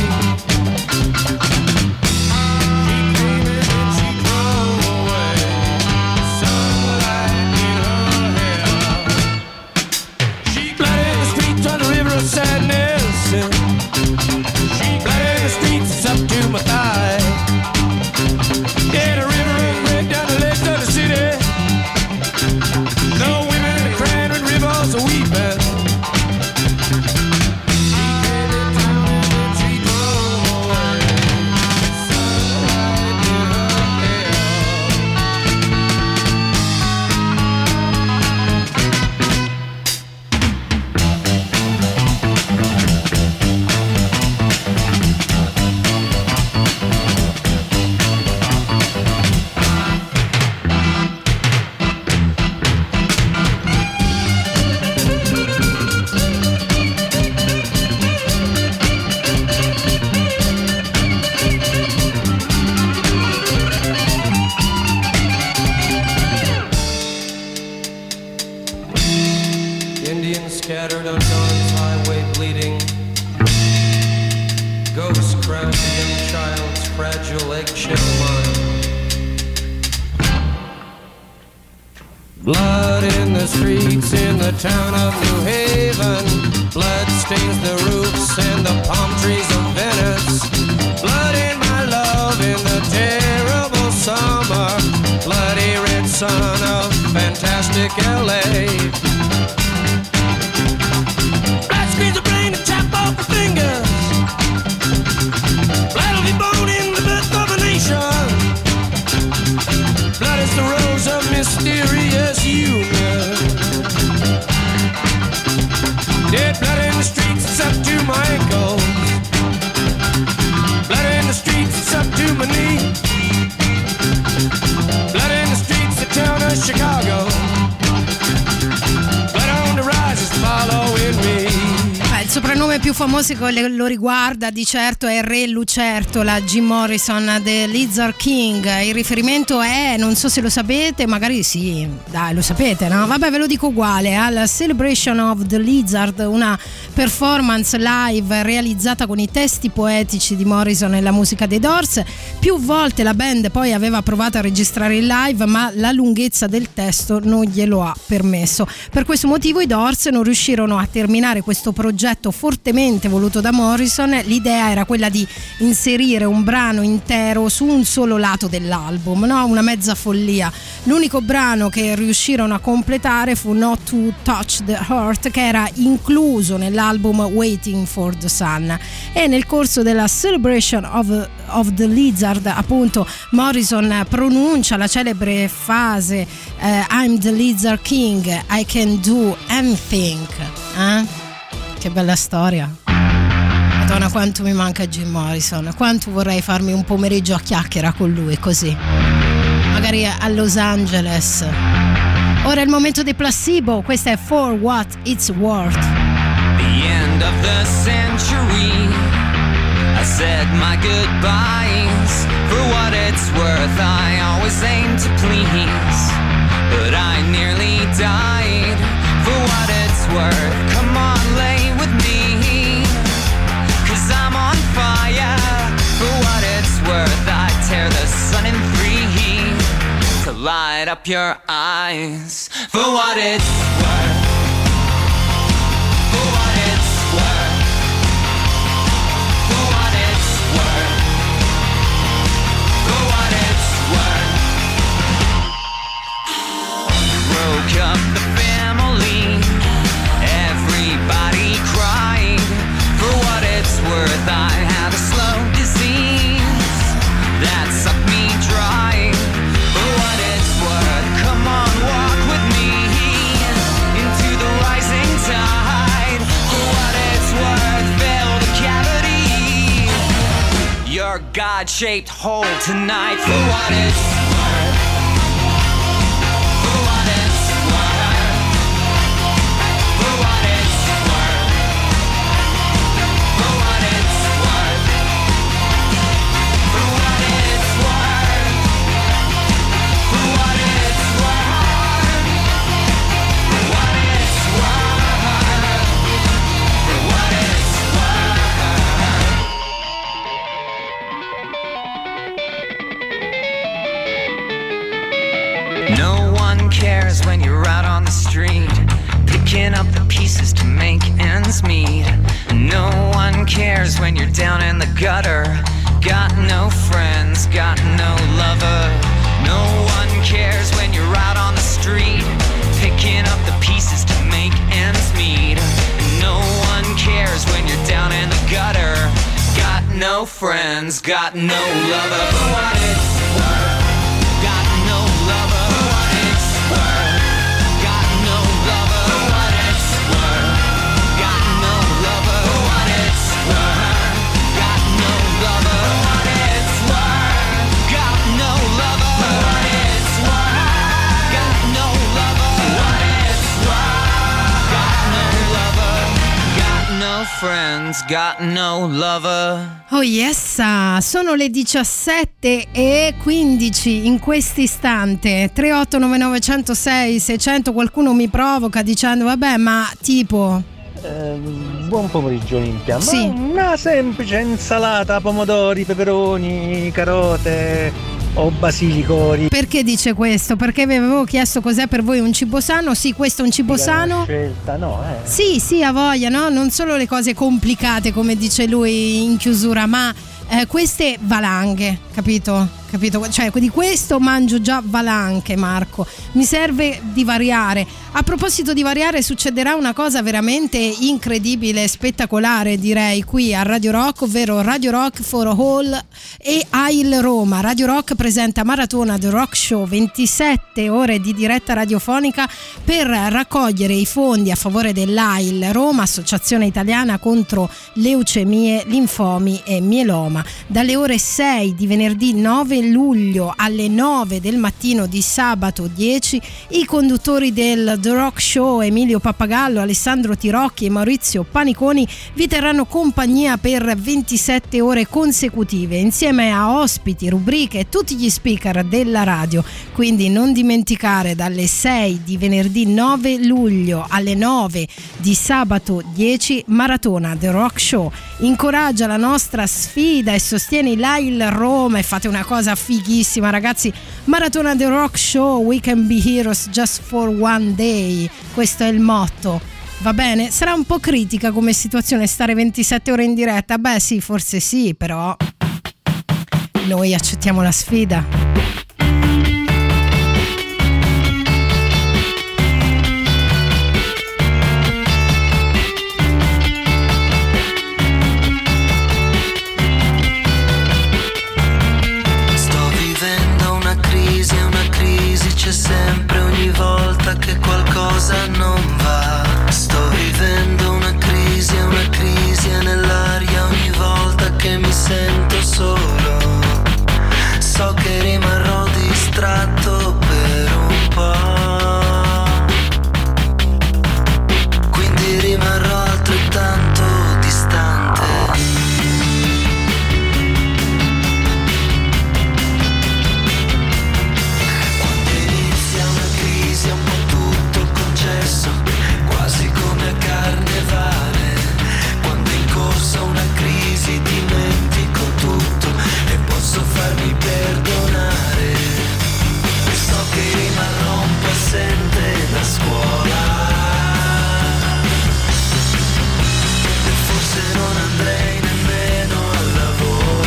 She came in and she drove away, sunlight in her hair. She bled in the streets on the river of sadness. She bled in the streets, it's up to my thigh. Yeah, the river ran down the legs of the city. No women in the crying and rivers are weeping. She came in town and she drove away. Sunlight in her hair. Indians scattered on Dawn's highway bleeding. Ghosts crowned a young child's fragile eggshell mind. Blood in the streets in the town of New Haven. Blood stains the roofs and the palm trees of Venice. Blood in my love in the terrible summer. Bloody red sun of fantastic L A. Blood screens the brain and chop off the fingers. Blood will be born in the birth of a nation. Blood is the rose of mysterious union. Dead blood in the streets, it's up to my ankles. Blood in the streets, it's up to my knee. Blood in the streets, the town of Chicago. Blood on the rise is following me. Il soprannome più famoso che lo riguarda di certo è Re Lucertola, Jim Morrison, The Lizard King. Il riferimento è, non so se lo sapete, magari sì, dai, lo sapete, no? Vabbè, ve lo dico uguale, alla Celebration of the Lizard, una performance live realizzata con i testi poetici di Morrison e la musica dei Doors. Più volte la band poi aveva provato a registrare il live, ma la lunghezza del testo non glielo ha permesso. Per questo motivo i Doors non riuscirono a terminare questo progetto fortemente fortemente voluto da Morrison. L'idea era quella di inserire un brano intero su un solo lato dell'album, no? Una mezza follia. L'unico brano che riuscirono a completare fu Not to Touch the Heart, che era incluso nell'album Waiting for the Sun, e nel corso della Celebration of, of the Lizard appunto Morrison pronuncia la celebre frase eh, I'm the Lizard King, I can do anything. Eh? Che bella storia. Madonna, quanto mi manca Jim Morrison, quanto vorrei farmi un pomeriggio a chiacchiera con lui così, magari a Los Angeles. Ora è il momento dei Placebo, questa è For What It's Worth. The end of the century, I said my goodbyes. For what it's worth, I always aim to please, but I nearly died. For what it's worth, come on, lay with me, 'cause I'm on fire. For what it's worth, I tear the sun in three to light up your eyes. For what it's worth, for what it's worth, for what it's worth, for what it's worth. Broke up the family, everybody cried. For what it's worth, I had a slow disease that sucked me dry. For what it's worth, come on, walk with me into the rising tide. For what it's worth, fill the cavity, your God-shaped hole tonight. For what it's worth, for what it's worth, for what it's worth, for what it's worth, for what it's worth, for what it's worth, for what it's worth, for what it's worth. No one cares when you're out on the street, picking up the pieces to make ends meet. No one cares when you're down in the gutter, got no friends, got no lover. No one cares when you're out on the street, picking up the pieces to make ends meet. No one cares when you're down in the gutter, got no friends, got no lover. For what it's worth, got no lover. For what it's worth, got no lover. For what it's worth, got no lover. For what it's worth, got no lover. For what it's worth, got no lover. For what it's worth, got no lover. For what it's worth, got no lover. Got no friends, got no lover. Oh yes, sono le diciassette e quindici in questo istante. Tre otto nove nove zero zero sei sei zero zero. Qualcuno mi provoca dicendo vabbè, ma tipo eh, buon pomeriggio Olimpia. Sì. Ma una semplice insalata, pomodori, peperoni, carote o basilicori. Perché dice questo? Perché vi avevo chiesto cos'è per voi un cibo sano. Sì, questo è un cibo sano. Scelta, no, eh. Sì, sì, ha voglia, no? Non solo le cose complicate, come dice lui in chiusura, ma eh, queste valanghe, capito? Capito? Cioè, di questo mangio già valanghe, Marco. Mi serve di variare. A proposito di variare, succederà una cosa veramente incredibile, spettacolare, direi, qui a Radio Rock, ovvero Radio Rock for All e A I L Roma. Radio Rock presenta Maratona The Rock Show, ventisette ore di diretta radiofonica per raccogliere i fondi a favore dell'A I L Roma, Associazione Italiana contro leucemie, linfomi e mieloma. Dalle ore sei di venerdì nove luglio alle nove del mattino di sabato dieci, i conduttori del The Rock Show, Emilio Pappagallo, Alessandro Tirocchi e Maurizio Paniconi, vi terranno compagnia per ventisette ore consecutive insieme a ospiti, rubriche e tutti gli speaker della radio. Quindi non dimenticare, dalle sei di venerdì nove luglio alle nove di sabato dieci, Maratona The Rock Show. Incoraggia la nostra sfida e sostieni l'A I L Roma e fate una cosa fighissima, ragazzi. Maratona The Rock Show, we can be heroes just for one day. Questo è il motto va bene? Sarà un po' critica come situazione stare ventisette ore in diretta, beh sì, forse sì, però noi accettiamo la sfida. C'è sempre ogni volta che qualcosa non va. Sto vivendo una crisi, una crisi è nell'aria ogni volta che mi sento solo. So che rimarrò distratto per un po', quindi rimarrò altrettanto distante. Quasi come a carnevale, quando è in corsa una crisi dimentico tutto e posso farmi perdonare. So che rimarrò un po' assente da scuola e forse non andrei nemmeno al lavoro.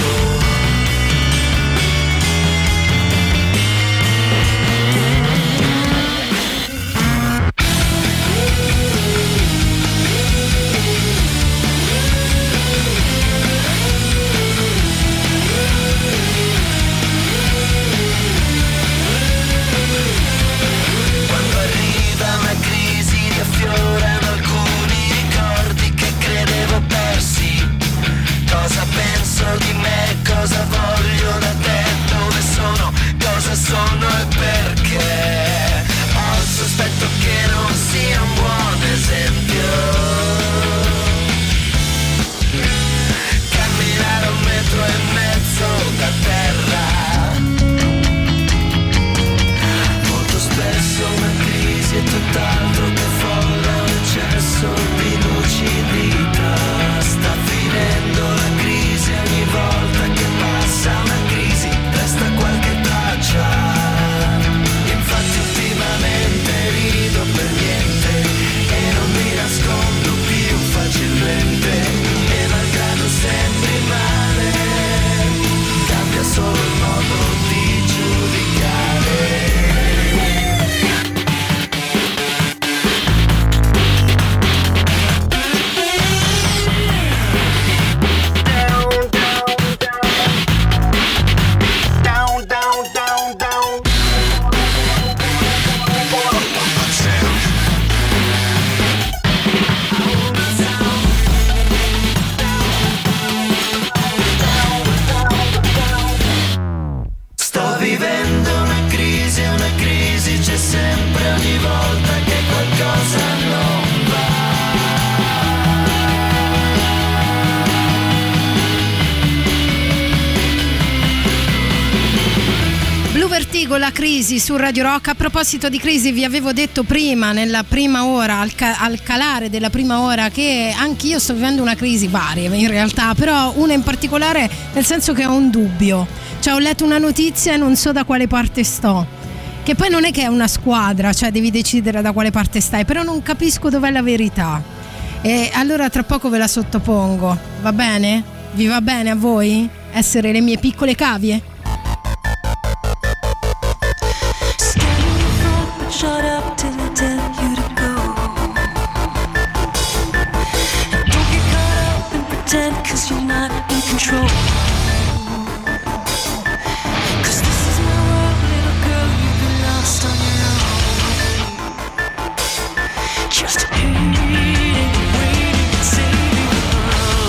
Affiorano alcuni ricordi che credevo persi. Cosa penso di me, cosa voglio da te, dove sono, cosa sono e perché. Ho il sospetto che non sia un buon esempio camminare un metro e mezzo da terra. Molto spesso una crisi è tutt'altro che folla, un eccesso di lucidità. Sta finendo la crisi, ogni volta che passa una crisi resta qualche traccia. Infatti ultimamente rido per niente e non mi nascondo più facilmente. E malgrado sembri male, cambia solo il modo di giudicare. Sto vivendo una crisi, una crisi c'è sempre ogni volta che qualcosa non va. Blue Vertigo, la crisi su Radio Rock. A proposito di crisi, vi avevo detto prima, nella prima ora, al, ca- al calare della prima ora, che anch'io sto vivendo una crisi, varie in realtà, però una in particolare nel senso che ho un dubbio. Cioè ho letto una notizia e non so da quale parte sto. Che poi non è che è una squadra, cioè devi decidere da quale parte stai, però non capisco dov'è la verità. E allora tra poco ve la sottopongo, va bene? Vi va bene a voi essere le mie piccole cavie? Shut up till I tell you to go. And don't get caught up and pretend, cause you're not in control. Cause this is my world, little girl, you've been lost on your own. Just waiting, waiting and saving the world.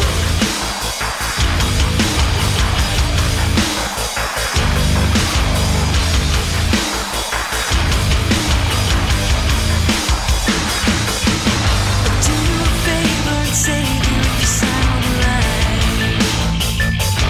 Do you a favor and save you if you sound alive.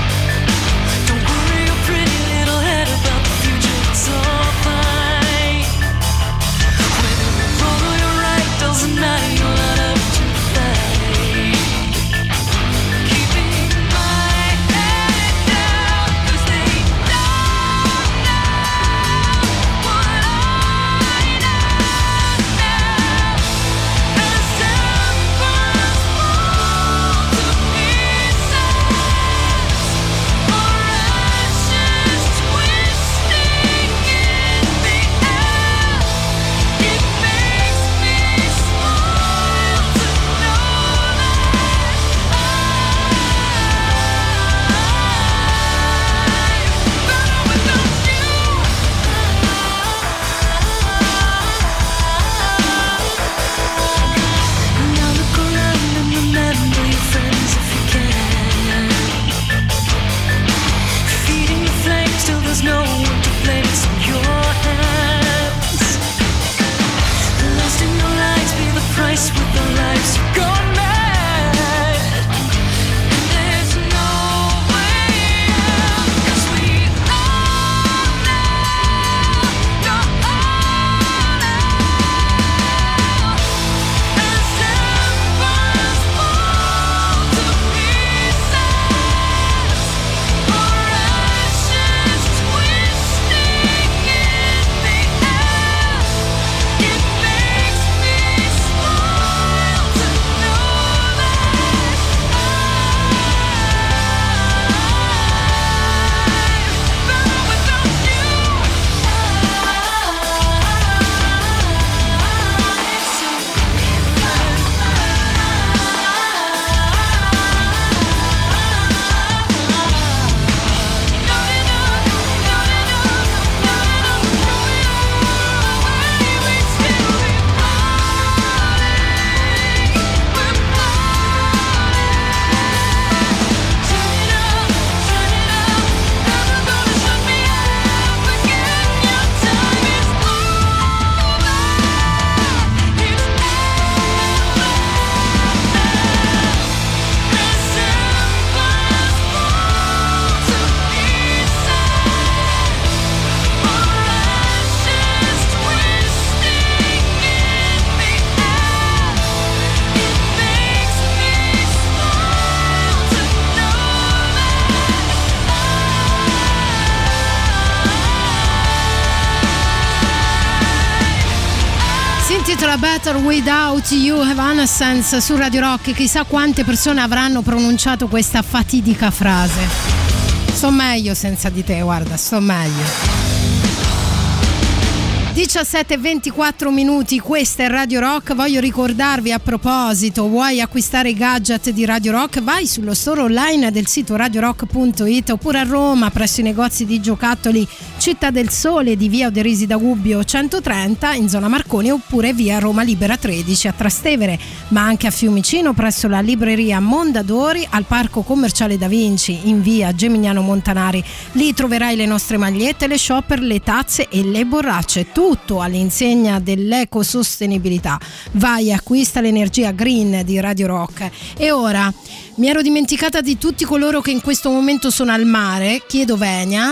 Angela Better Without You, Evanescence su Radio Rock. Chissà quante persone avranno pronunciato questa fatidica frase. Sto meglio senza di te, guarda, sto meglio. diciassette e ventiquattro minuti, questa è Radio Rock. Voglio ricordarvi, a proposito, vuoi acquistare i gadget di Radio Rock? Vai sullo store online del sito radio rock punto it, oppure a Roma presso i negozi di giocattoli Città del Sole di via Oderisi da Gubbio centotrenta in zona Marconi, oppure via Roma Libera tredici a Trastevere, ma anche a Fiumicino presso la libreria Mondadori, al Parco Commerciale Da Vinci in via Gemignano Montanari. Lì troverai le nostre magliette, le shopper, le tazze e le borracce, tutto all'insegna dell'ecosostenibilità. Vai, acquista l'energia green di Radio Rock. E ora, mi ero dimenticata di tutti coloro che in questo momento sono al mare, chiedo venia.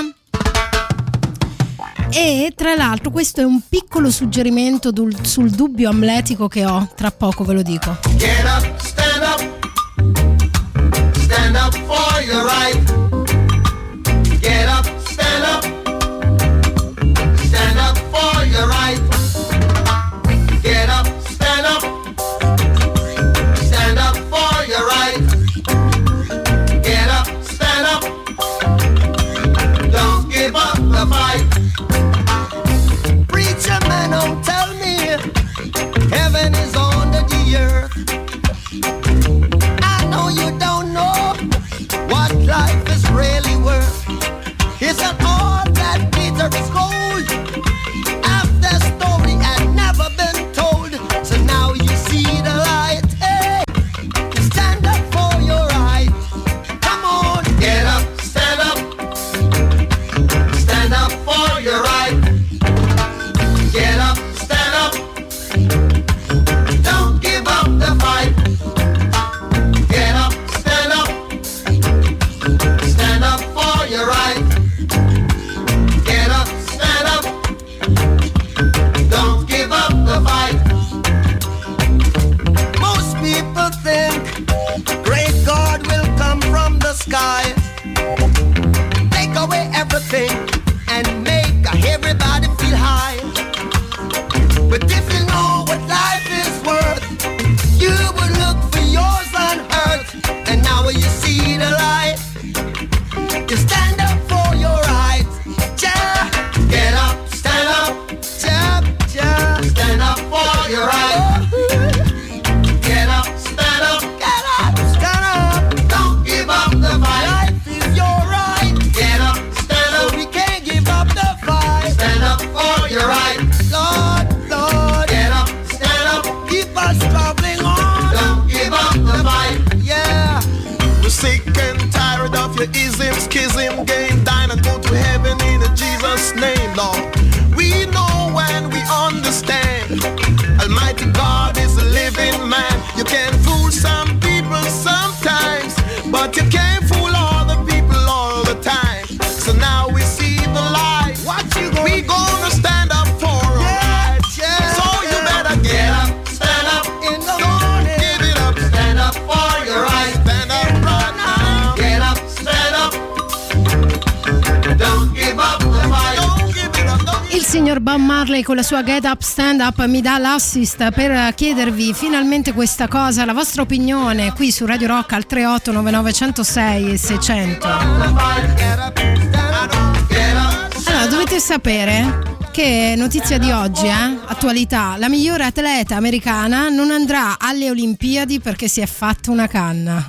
E tra l'altro questo è un piccolo suggerimento dul- sul dubbio amletico che ho, tra poco ve lo dico. Get up, stand up, stand up for your right. Get up, stand up, stand up for your right. Get up, stand up, stand up for your right. Get up, stand up, don't give up the fight. Preacher man, don't tell me heaven is under the earth. I know you don't know what life is really worth. Isn't all that glitter is gold? Half the story had never been told, so now you see the light. Hey, stand up for your right. Come on, get up, stand up, stand up for your right. Get up, stand up, don't give up the fight. Get up, stand up, stand up for your right. Get up, stand up, don't give up the fight. Most people think great God will come from the sky, take away everything and make everybody feel high. But if you know what life is worth, you would look for yours on earth. And now you see the light, you stand up for your right. Ja, get up, stand up, ja, ja, stand up for your right. Get up, stand up, get up, stand up, don't give up the fight. Life is your right. Get up, stand up, we can't give up the fight. Stand up for your right. Lord, Lord, get up, stand up, keep us traveling on. Don't give up the fight. Yeah. We're sick and tired of your ism, schism, game, dine and go to heaven in Jesus' name, Lord. We know when we understand Almighty God is a living man. You can fool some people sometimes, but you can't fool all the people all the time. So now we see the light. What you gonna we gonna stand up for our rights. Yeah, so you better get, get up, up, stand up in the morning. Give it up, stand up for your right. stand up right now. Get up, stand up, don't give up the fight. Don't give it up, don't Il signor Bob Marley con la sua Get Up Stand Up mi dà l'assist per chiedervi finalmente questa cosa, la vostra opinione qui su Radio Rock al tre otto nove nove zero zero sei seicento. Allora, dovete sapere che notizia di oggi, eh? Attualità, la migliore atleta americana non andrà alle Olimpiadi perché si è fatta una canna.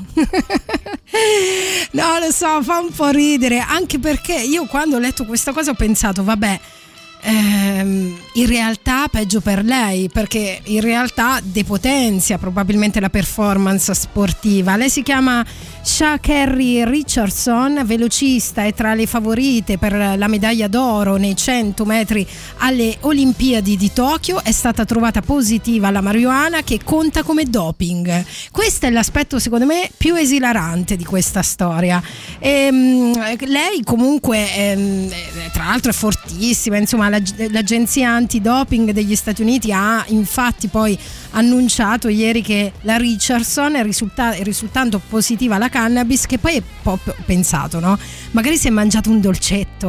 No, lo so, fa un po' ridere, anche perché io quando ho letto questa cosa ho pensato, vabbè, ehm, in realtà peggio per lei, perché in realtà depotenzia probabilmente la performance sportiva. Lei si chiama Sha'Carri Richardson, velocista, è tra le favorite per la medaglia d'oro nei cento metri alle Olimpiadi di Tokyo. È stata trovata positiva alla marijuana, che conta come doping. Questo è l'aspetto secondo me più esilarante di questa storia. E, mh, lei comunque ehm, tra l'altro è fortissima, insomma la, l'agenzia antidoping degli Stati Uniti ha infatti poi annunciato ieri che la Richardson è risulta- risultando positiva alla cannabis, che poi è po- pensato, no? Magari si è mangiato un dolcetto,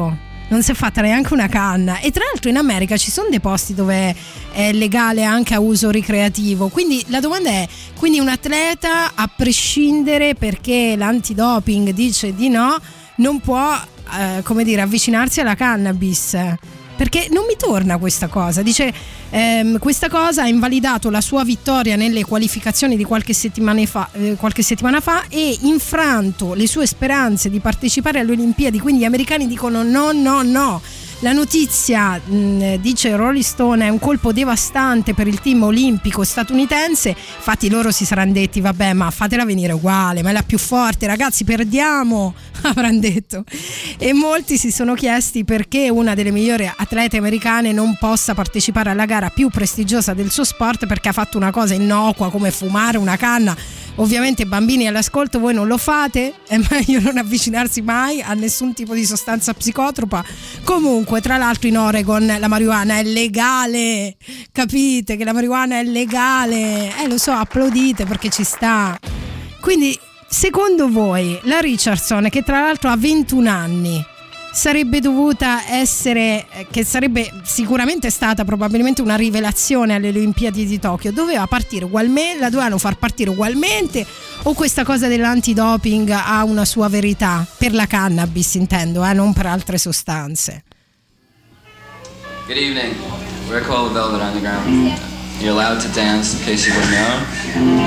non si è fatta neanche una canna. E tra l'altro in America ci sono dei posti dove è legale anche a uso ricreativo, quindi la domanda è: quindi un atleta, a prescindere perché l'antidoping dice di no, non può eh, come dire avvicinarsi alla cannabis? Perché non mi torna questa cosa. Dice ehm, questa cosa ha invalidato la sua vittoria nelle qualificazioni di qualche settimana fa, eh, qualche settimana fa e infranto le sue speranze di partecipare alle Olimpiadi. Quindi gli americani dicono no, no, no. La notizia, mh, dice Rolling Stone, è un colpo devastante per il team olimpico statunitense. Infatti loro si saranno detti: vabbè, ma fatela venire uguale, ma è la più forte, ragazzi, perdiamo, avranno detto. E molti si sono chiesti perché una delle migliori atlete americane non possa partecipare alla gara più prestigiosa del suo sport, perché ha fatto una cosa innocua come fumare una canna. Ovviamente, bambini all'ascolto, voi non lo fate, è meglio non avvicinarsi mai a nessun tipo di sostanza psicotropa. Comunque, tra l'altro in Oregon la marijuana è legale, capite che la marijuana è legale, eh lo so, applaudite perché ci sta. Quindi secondo voi la Richardson, che tra l'altro ha ventuno anni, sarebbe dovuta essere, che sarebbe sicuramente stata probabilmente una rivelazione alle Olimpiadi di Tokyo, doveva partire ugualmente, la dovevano far partire ugualmente, o questa cosa dell'antidoping ha una sua verità per la cannabis, intendo, eh, non per altre sostanze? Good evening, we're called Velvet Underground. You're allowed to dance in case you didn't know.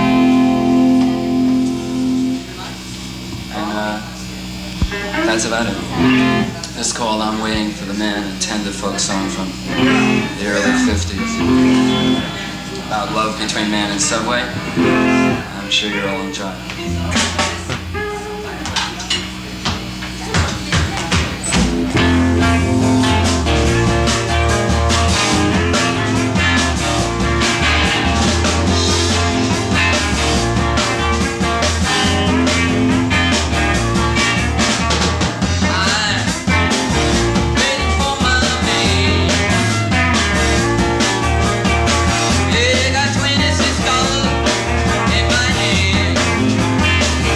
And uh, that's about it. This is called I'm Waiting for the Man, a tender folk song from the early fifties. About love between man and subway. I'm sure you'll all enjoy it. Yeah, got twenty-six dollars in my hand.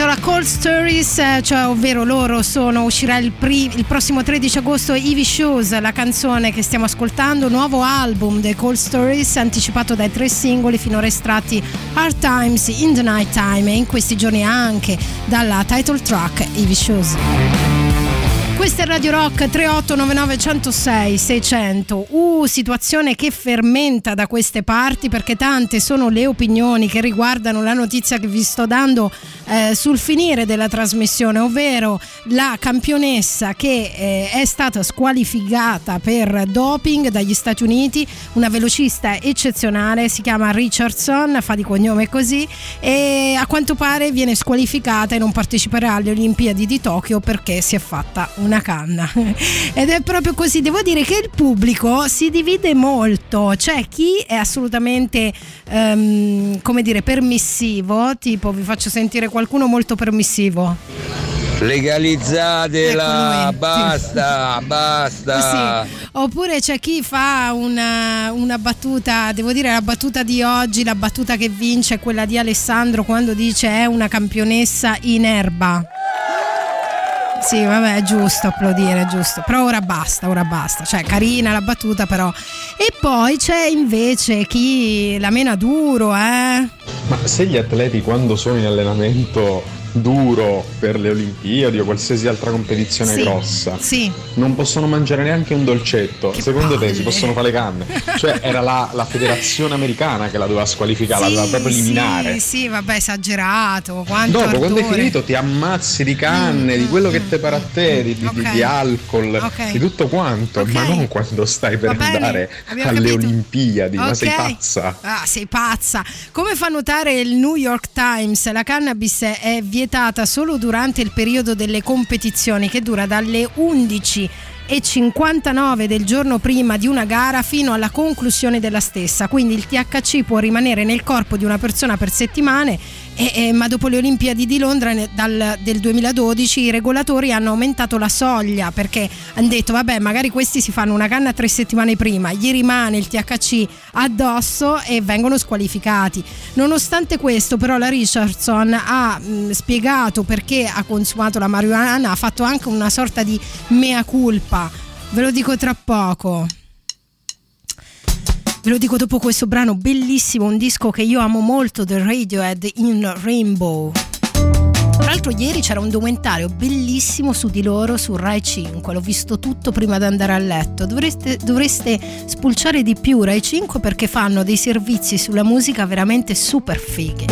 intitola Cold Stories, cioè ovvero loro sono, uscirà il, pri- il prossimo tredici agosto Ivy Shoes, la canzone che stiamo ascoltando, nuovo album The Cold Stories, anticipato dai tre singoli finora estratti Hard Times, In the Night Time e in questi giorni anche dalla title track Ivy Shoes. Questa è Radio Rock. Tre otto nove nove uno zero sei sei zero zero. Uh, situazione che fermenta da queste parti, perché tante sono le opinioni che riguardano la notizia che vi sto dando eh, sul finire della trasmissione, ovvero la campionessa che eh, è stata squalificata per doping dagli Stati Uniti, una velocista eccezionale, si chiama Richardson, fa di cognome così, e a quanto pare viene squalificata e non parteciperà alle Olimpiadi di Tokyo perché si è fatta una una canna. Ed è proprio così. Devo dire che il pubblico si divide molto, c'è chi è assolutamente um, come dire permissivo, tipo vi faccio sentire qualcuno molto permissivo. Legalizzatela, ecco basta, sì. basta. Sì. Oppure c'è chi fa una, una battuta, devo dire la battuta di oggi, la battuta che vince è quella di Alessandro quando dice è una campionessa in erba. Sì, vabbè, è giusto applaudire, è giusto. Però ora basta, ora basta. Cioè, carina la battuta, però. E poi c'è invece chi la mena duro, eh. Ma se gli atleti quando sono in allenamento duro per le Olimpiadi o qualsiasi altra competizione sì, grossa sì. non possono mangiare neanche un dolcetto, che secondo palle. Te si possono fare le canne? Cioè era la, la federazione americana che la doveva squalificare, sì, la doveva proprio eliminare. Sì, sì, vabbè, esagerato. Quanto dopo ardore. Quando è finito ti ammazzi di canne, mm, di quello che te pare a te, di, okay. di, di alcol, okay. di tutto quanto, okay. ma non quando stai per andare alle capito. Olimpiadi, okay. ma sei pazza. Ah, sei pazza. Come fa notare il New York Times, la cannabis è vietata solo durante il periodo delle competizioni, che dura dalle undici e cinquantanove del giorno prima di una gara fino alla conclusione della stessa. Quindi il T H C può rimanere nel corpo di una persona per settimane, e, e, ma dopo le Olimpiadi di Londra dal, del duemiladodici i regolatori hanno aumentato la soglia, perché hanno detto vabbè, magari questi si fanno una canna tre settimane prima, gli rimane il T H C addosso e vengono squalificati. Nonostante questo però la Richardson ha mh, spiegato perché ha consumato la marijuana, ha fatto anche una sorta di mea culpa. Ve lo dico tra poco. Ve lo dico dopo questo brano bellissimo, un disco che io amo molto, The Radiohead, In Rainbow. Tra l'altro ieri c'era un documentario bellissimo su di loro su Rai cinque, l'ho visto tutto prima di andare a letto. Dovreste, dovreste spulciare di più Rai cinque, perché fanno dei servizi sulla musica veramente super fighi.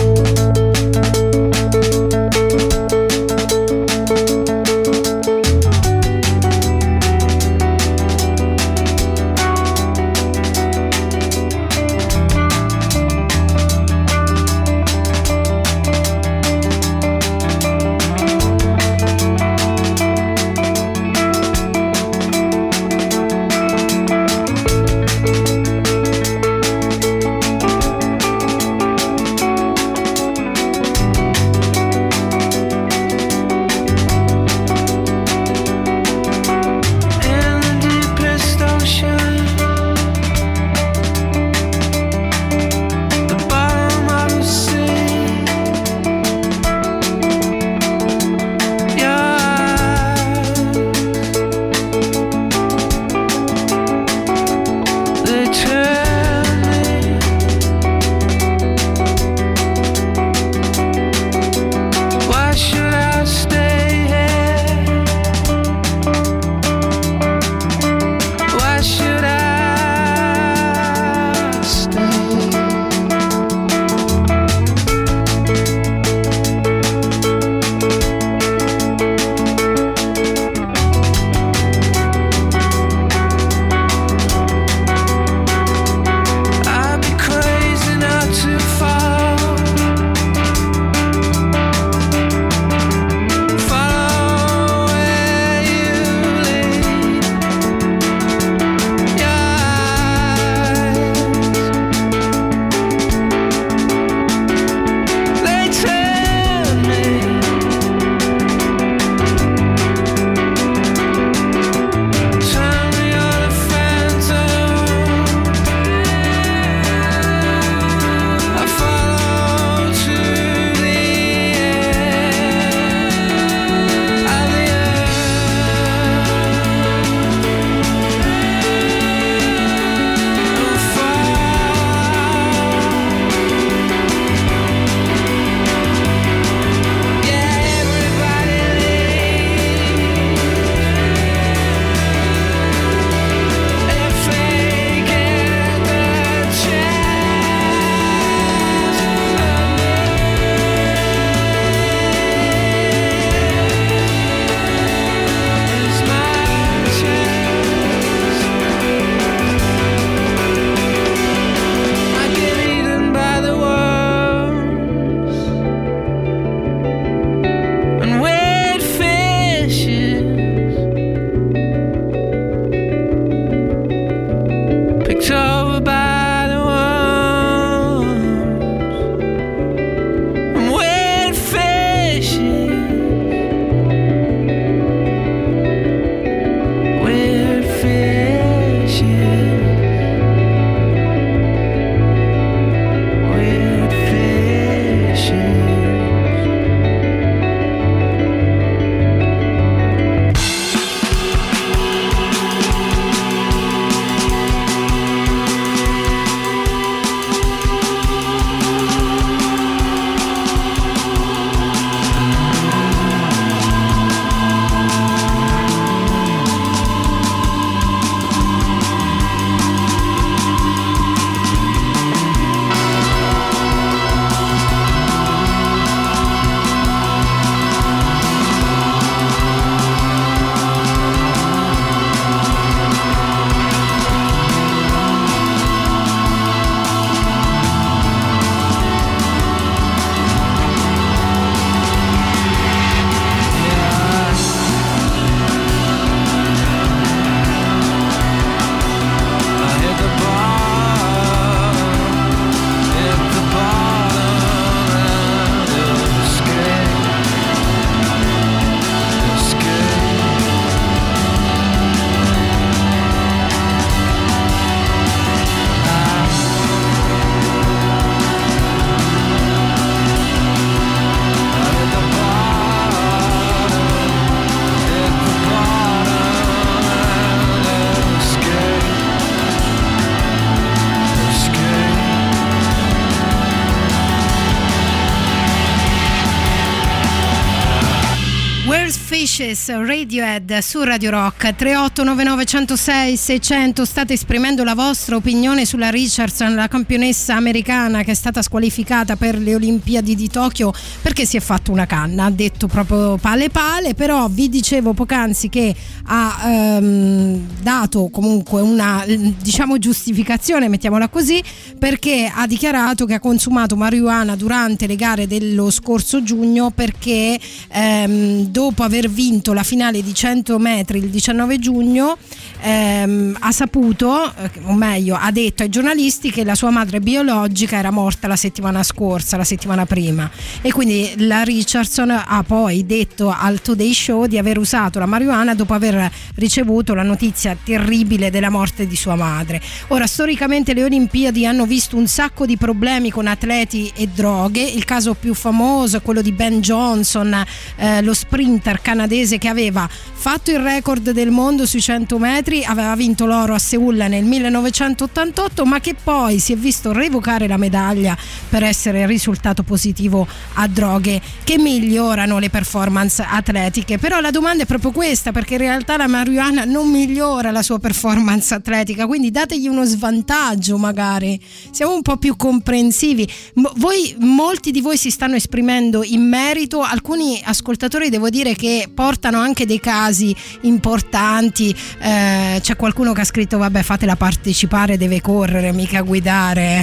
Vicious, Radiohead su Radio Rock. Tre otto nove nove uno zero sei sei zero zero. State esprimendo la vostra opinione sulla Richardson, la campionessa americana che è stata squalificata per le Olimpiadi di Tokyo perché si è fatto una canna, ha detto proprio pale pale. Però vi dicevo poc'anzi che ha ehm, dato comunque una, diciamo, giustificazione, mettiamola così, perché ha dichiarato che ha consumato marijuana durante le gare dello scorso giugno perché ehm, dopo aver vinto la finale di cento metri il diciannove giugno ehm, ha saputo, o meglio ha detto ai giornalisti che la sua madre biologica era morta la settimana scorsa, la settimana prima, e quindi la Richardson ha poi detto al Today Show di aver usato la marijuana dopo aver ricevuto la notizia terribile della morte di sua madre. Ora, storicamente le Olimpiadi hanno visto un sacco di problemi con atleti e droghe. Il caso più famoso è quello di Ben Johnson, eh, lo sprinter canadese che aveva fatto il record del mondo sui cento metri, aveva vinto l'oro a Seul nel millenovecentottantotto, ma che poi si è visto revocare la medaglia per essere risultato positivo a droghe che migliorano le performance atletiche. Però la domanda è proprio questa, perché in realtà la marijuana non migliora la sua performance atletica, quindi dategli uno svantaggio, magari siamo un po' più comprensivi. M- voi, molti di voi si stanno esprimendo in merito, alcuni ascoltatori devo dire che portano anche dei casi importanti. Eh, c'è qualcuno che ha scritto vabbè, fatela partecipare, deve correre, mica guidare.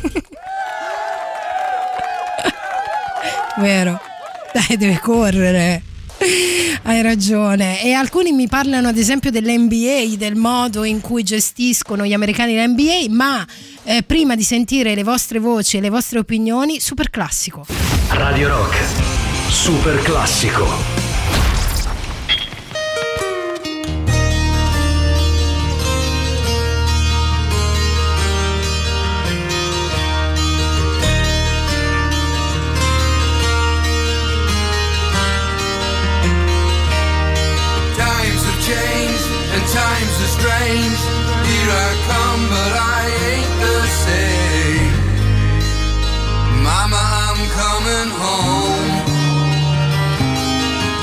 Vero, dai, deve correre. Hai ragione. E alcuni mi parlano ad esempio dell'N B A, del modo in cui gestiscono gli americani l'N B A, ma eh, prima di sentire le vostre voci e le vostre opinioni, super classico. Radio Rock, super classico. Times are strange, here I come but I ain't the same. Mama, I'm coming home.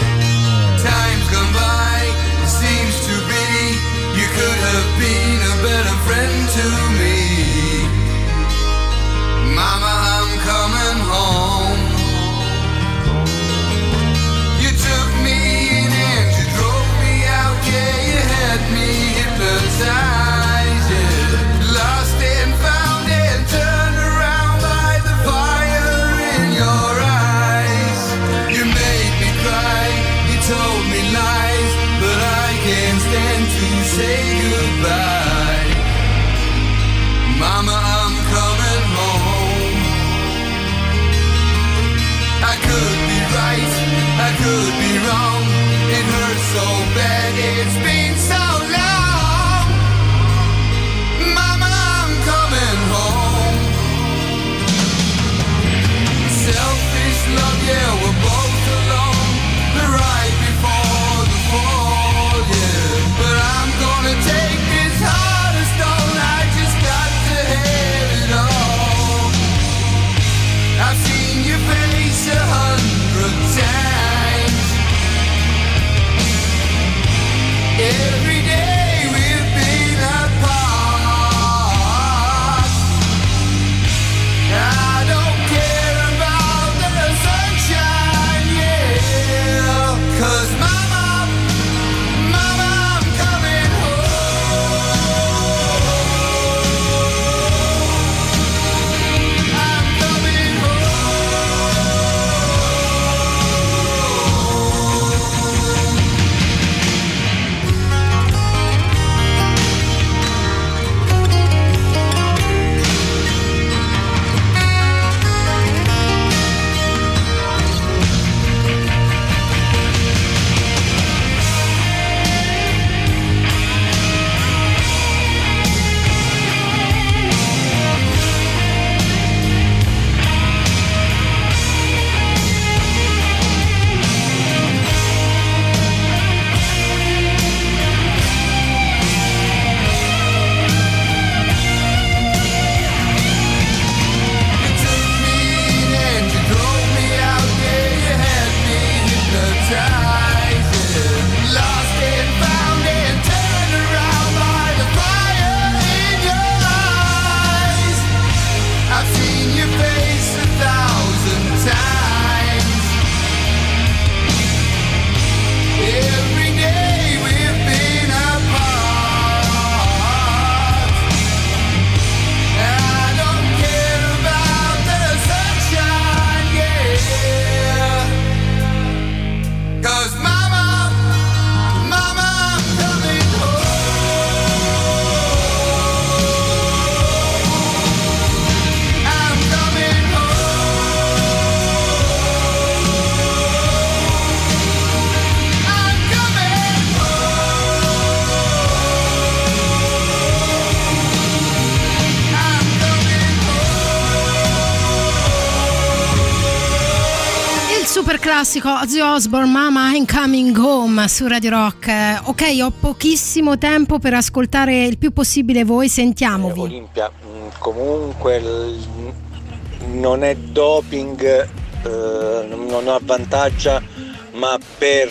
Super classico Ozzy Osbourne, Mama I'm Coming Home su Radio Rock. Ok, ho pochissimo tempo per ascoltare il più possibile voi, sentiamovi. eh, Olimpia, comunque l- non è doping, eh, non avvantaggia, ma per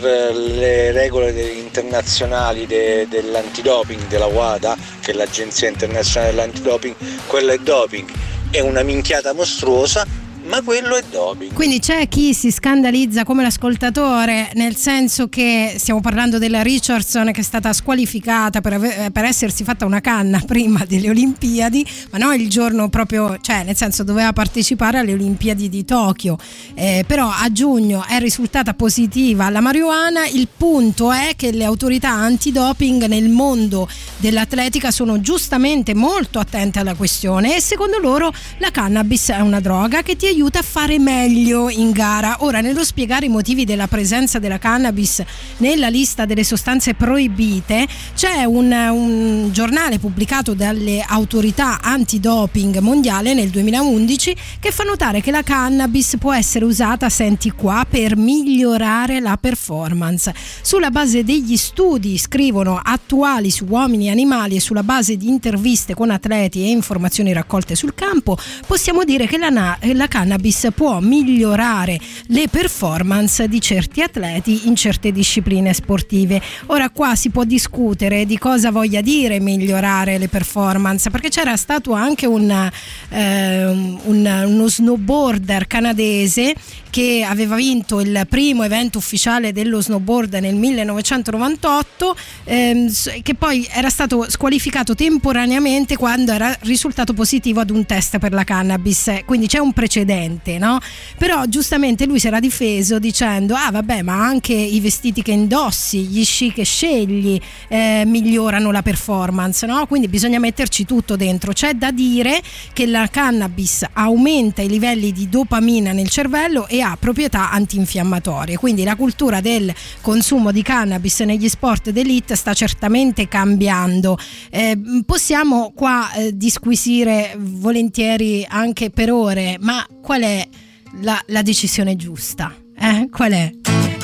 le regole de- internazionali de- dell'antidoping della W A D A, che è l'agenzia internazionale dell'antidoping, quello è doping, è una minchiata mostruosa, ma quello è doping. Quindi c'è chi si scandalizza come l'ascoltatore, nel senso che stiamo parlando della Richardson, che è stata squalificata per, ave- per essersi fatta una canna prima delle Olimpiadi, ma no il giorno proprio, cioè nel senso doveva partecipare alle Olimpiadi di Tokyo, eh, però a giugno è risultata positiva alla marijuana. Il punto è che le autorità antidoping nel mondo dell'atletica sono giustamente molto attente alla questione e secondo loro la cannabis è una droga che ti aiuta a fare meglio in gara. Ora, nello spiegare i motivi della presenza della cannabis nella lista delle sostanze proibite, c'è un, un giornale pubblicato dalle autorità antidoping mondiale nel duemilaundici che fa notare che la cannabis può essere usata, senti qua, per migliorare la performance. Sulla base degli studi, scrivono, attuali su uomini e animali e sulla base di interviste con atleti e informazioni raccolte sul campo, possiamo dire che la, na- la cannabis può migliorare le performance di certi atleti in certe discipline sportive. Ora qua si può discutere di cosa voglia dire migliorare le performance, perché c'era stato anche un, eh, un, uno snowboarder canadese che aveva vinto il primo evento ufficiale dello snowboard nel millenovecentonovantotto, ehm, che poi era stato squalificato temporaneamente quando era risultato positivo ad un test per la cannabis, quindi c'è un precedente, no? Però giustamente lui si era difeso dicendo ah vabbè, ma anche i vestiti che indossi, gli sci che scegli eh, migliorano la performance, no? Quindi bisogna metterci tutto dentro. C'è da dire che la cannabis aumenta i livelli di dopamina nel cervello e ha proprietà antinfiammatorie, quindi la cultura del consumo di cannabis negli sport d'elite sta certamente cambiando. Eh, possiamo qua eh, disquisire volentieri anche per ore, ma qual è la, la decisione giusta? Eh? Qual è?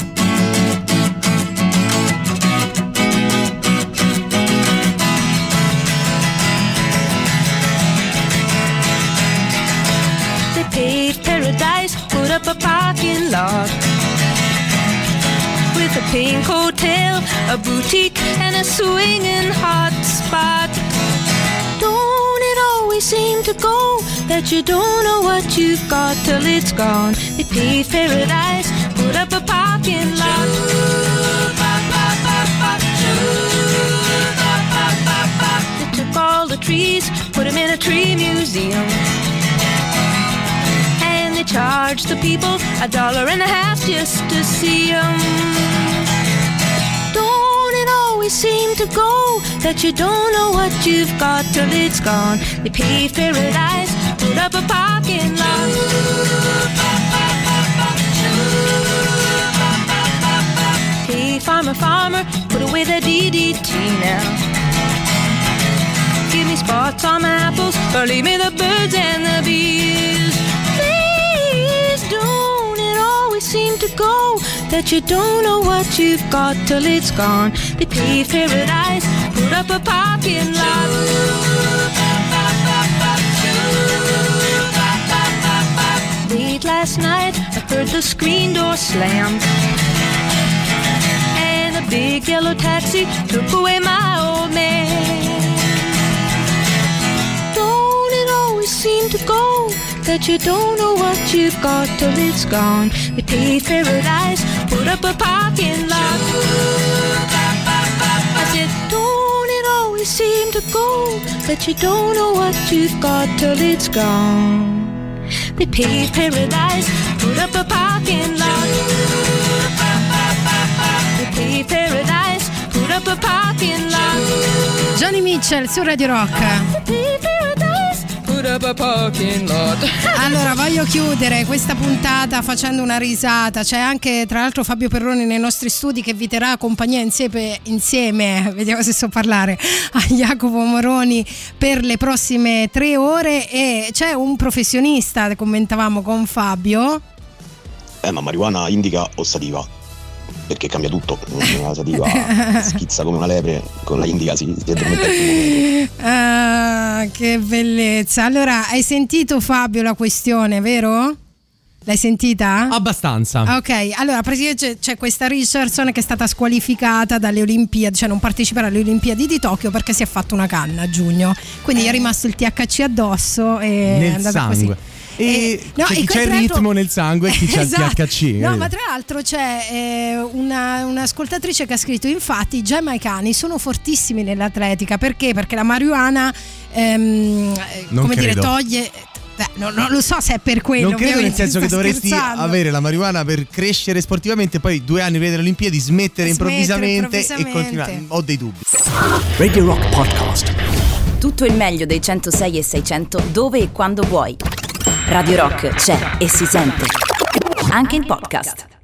They paved paradise, put up a parking lot with a pink hotel, a boutique, and a swinging hot spot. Don't it always seem to go that you don't know what you've got till it's gone? They paved paradise, put up a parking lot. They took all the trees, put them in a tree museum. They charge the people a dollar and a half just to see them. Don't it always seem to go that you don't know what you've got till it's gone? They paved paradise, put up a parking lot. Hey farmer, farmer, put away the D D T now. Give me spots on my apples, or leave me the birds and the bees. Don't it always seem to go that you don't know what you've got till it's gone? They paved paradise, put up a parking lot. Late last night I heard the screen door slam, and a big yellow taxi took away my old man. Don't it always seem to go that you don't know what you've got till it's gone? They paved paradise, put up a parking lot. I said, don't it always seem to go that you don't know what you've got till it's gone? They paved paradise, put up a parking lot. They paved paradise, put up a parking lot. Johnny Mitchell su Radio Rock. Allora voglio chiudere questa puntata facendo una risata. C'è anche tra l'altro Fabio Perroni nei nostri studi che vi terrà compagnia insieme, insieme vediamo se so parlare, a Jacopo Moroni per le prossime tre ore. E c'è un professionista, commentavamo con Fabio. Eh, ma marijuana indica o sativa? Perché cambia tutto. La sativa schizza come una lepre, con la indica si, si addormenta il Ah, che bellezza. Allora, hai sentito Fabio la questione, vero? L'hai sentita? Abbastanza. Ok, allora praticamente c'è questa Richardson che è stata squalificata dalle Olimpiadi, cioè non parteciperà alle Olimpiadi di Tokyo perché si è fatto una canna a giugno. Quindi eh. è rimasto il T H C addosso e nel è andata sangue. così. E no, c'è e chi c'è il ritmo nel sangue e chi c'è esatto. il T H C. No, ma tra l'altro c'è eh, una, un'ascoltatrice che ha scritto: infatti i giamaicani sono fortissimi nell'atletica. Perché? Perché la marijuana ehm, come credo. dire toglie. Beh, non, non lo so se è per quello. Non credo, nel senso che dovresti scherzando. avere la marijuana per crescere sportivamente, poi due anni prima delle Olimpiadi smettere, Smettere improvvisamente, improvvisamente e continuare. Ho dei dubbi. Radio Rock Podcast. Tutto il meglio dei centosei e seicento dove e quando vuoi. Radio Rock c'è e si sente anche in podcast.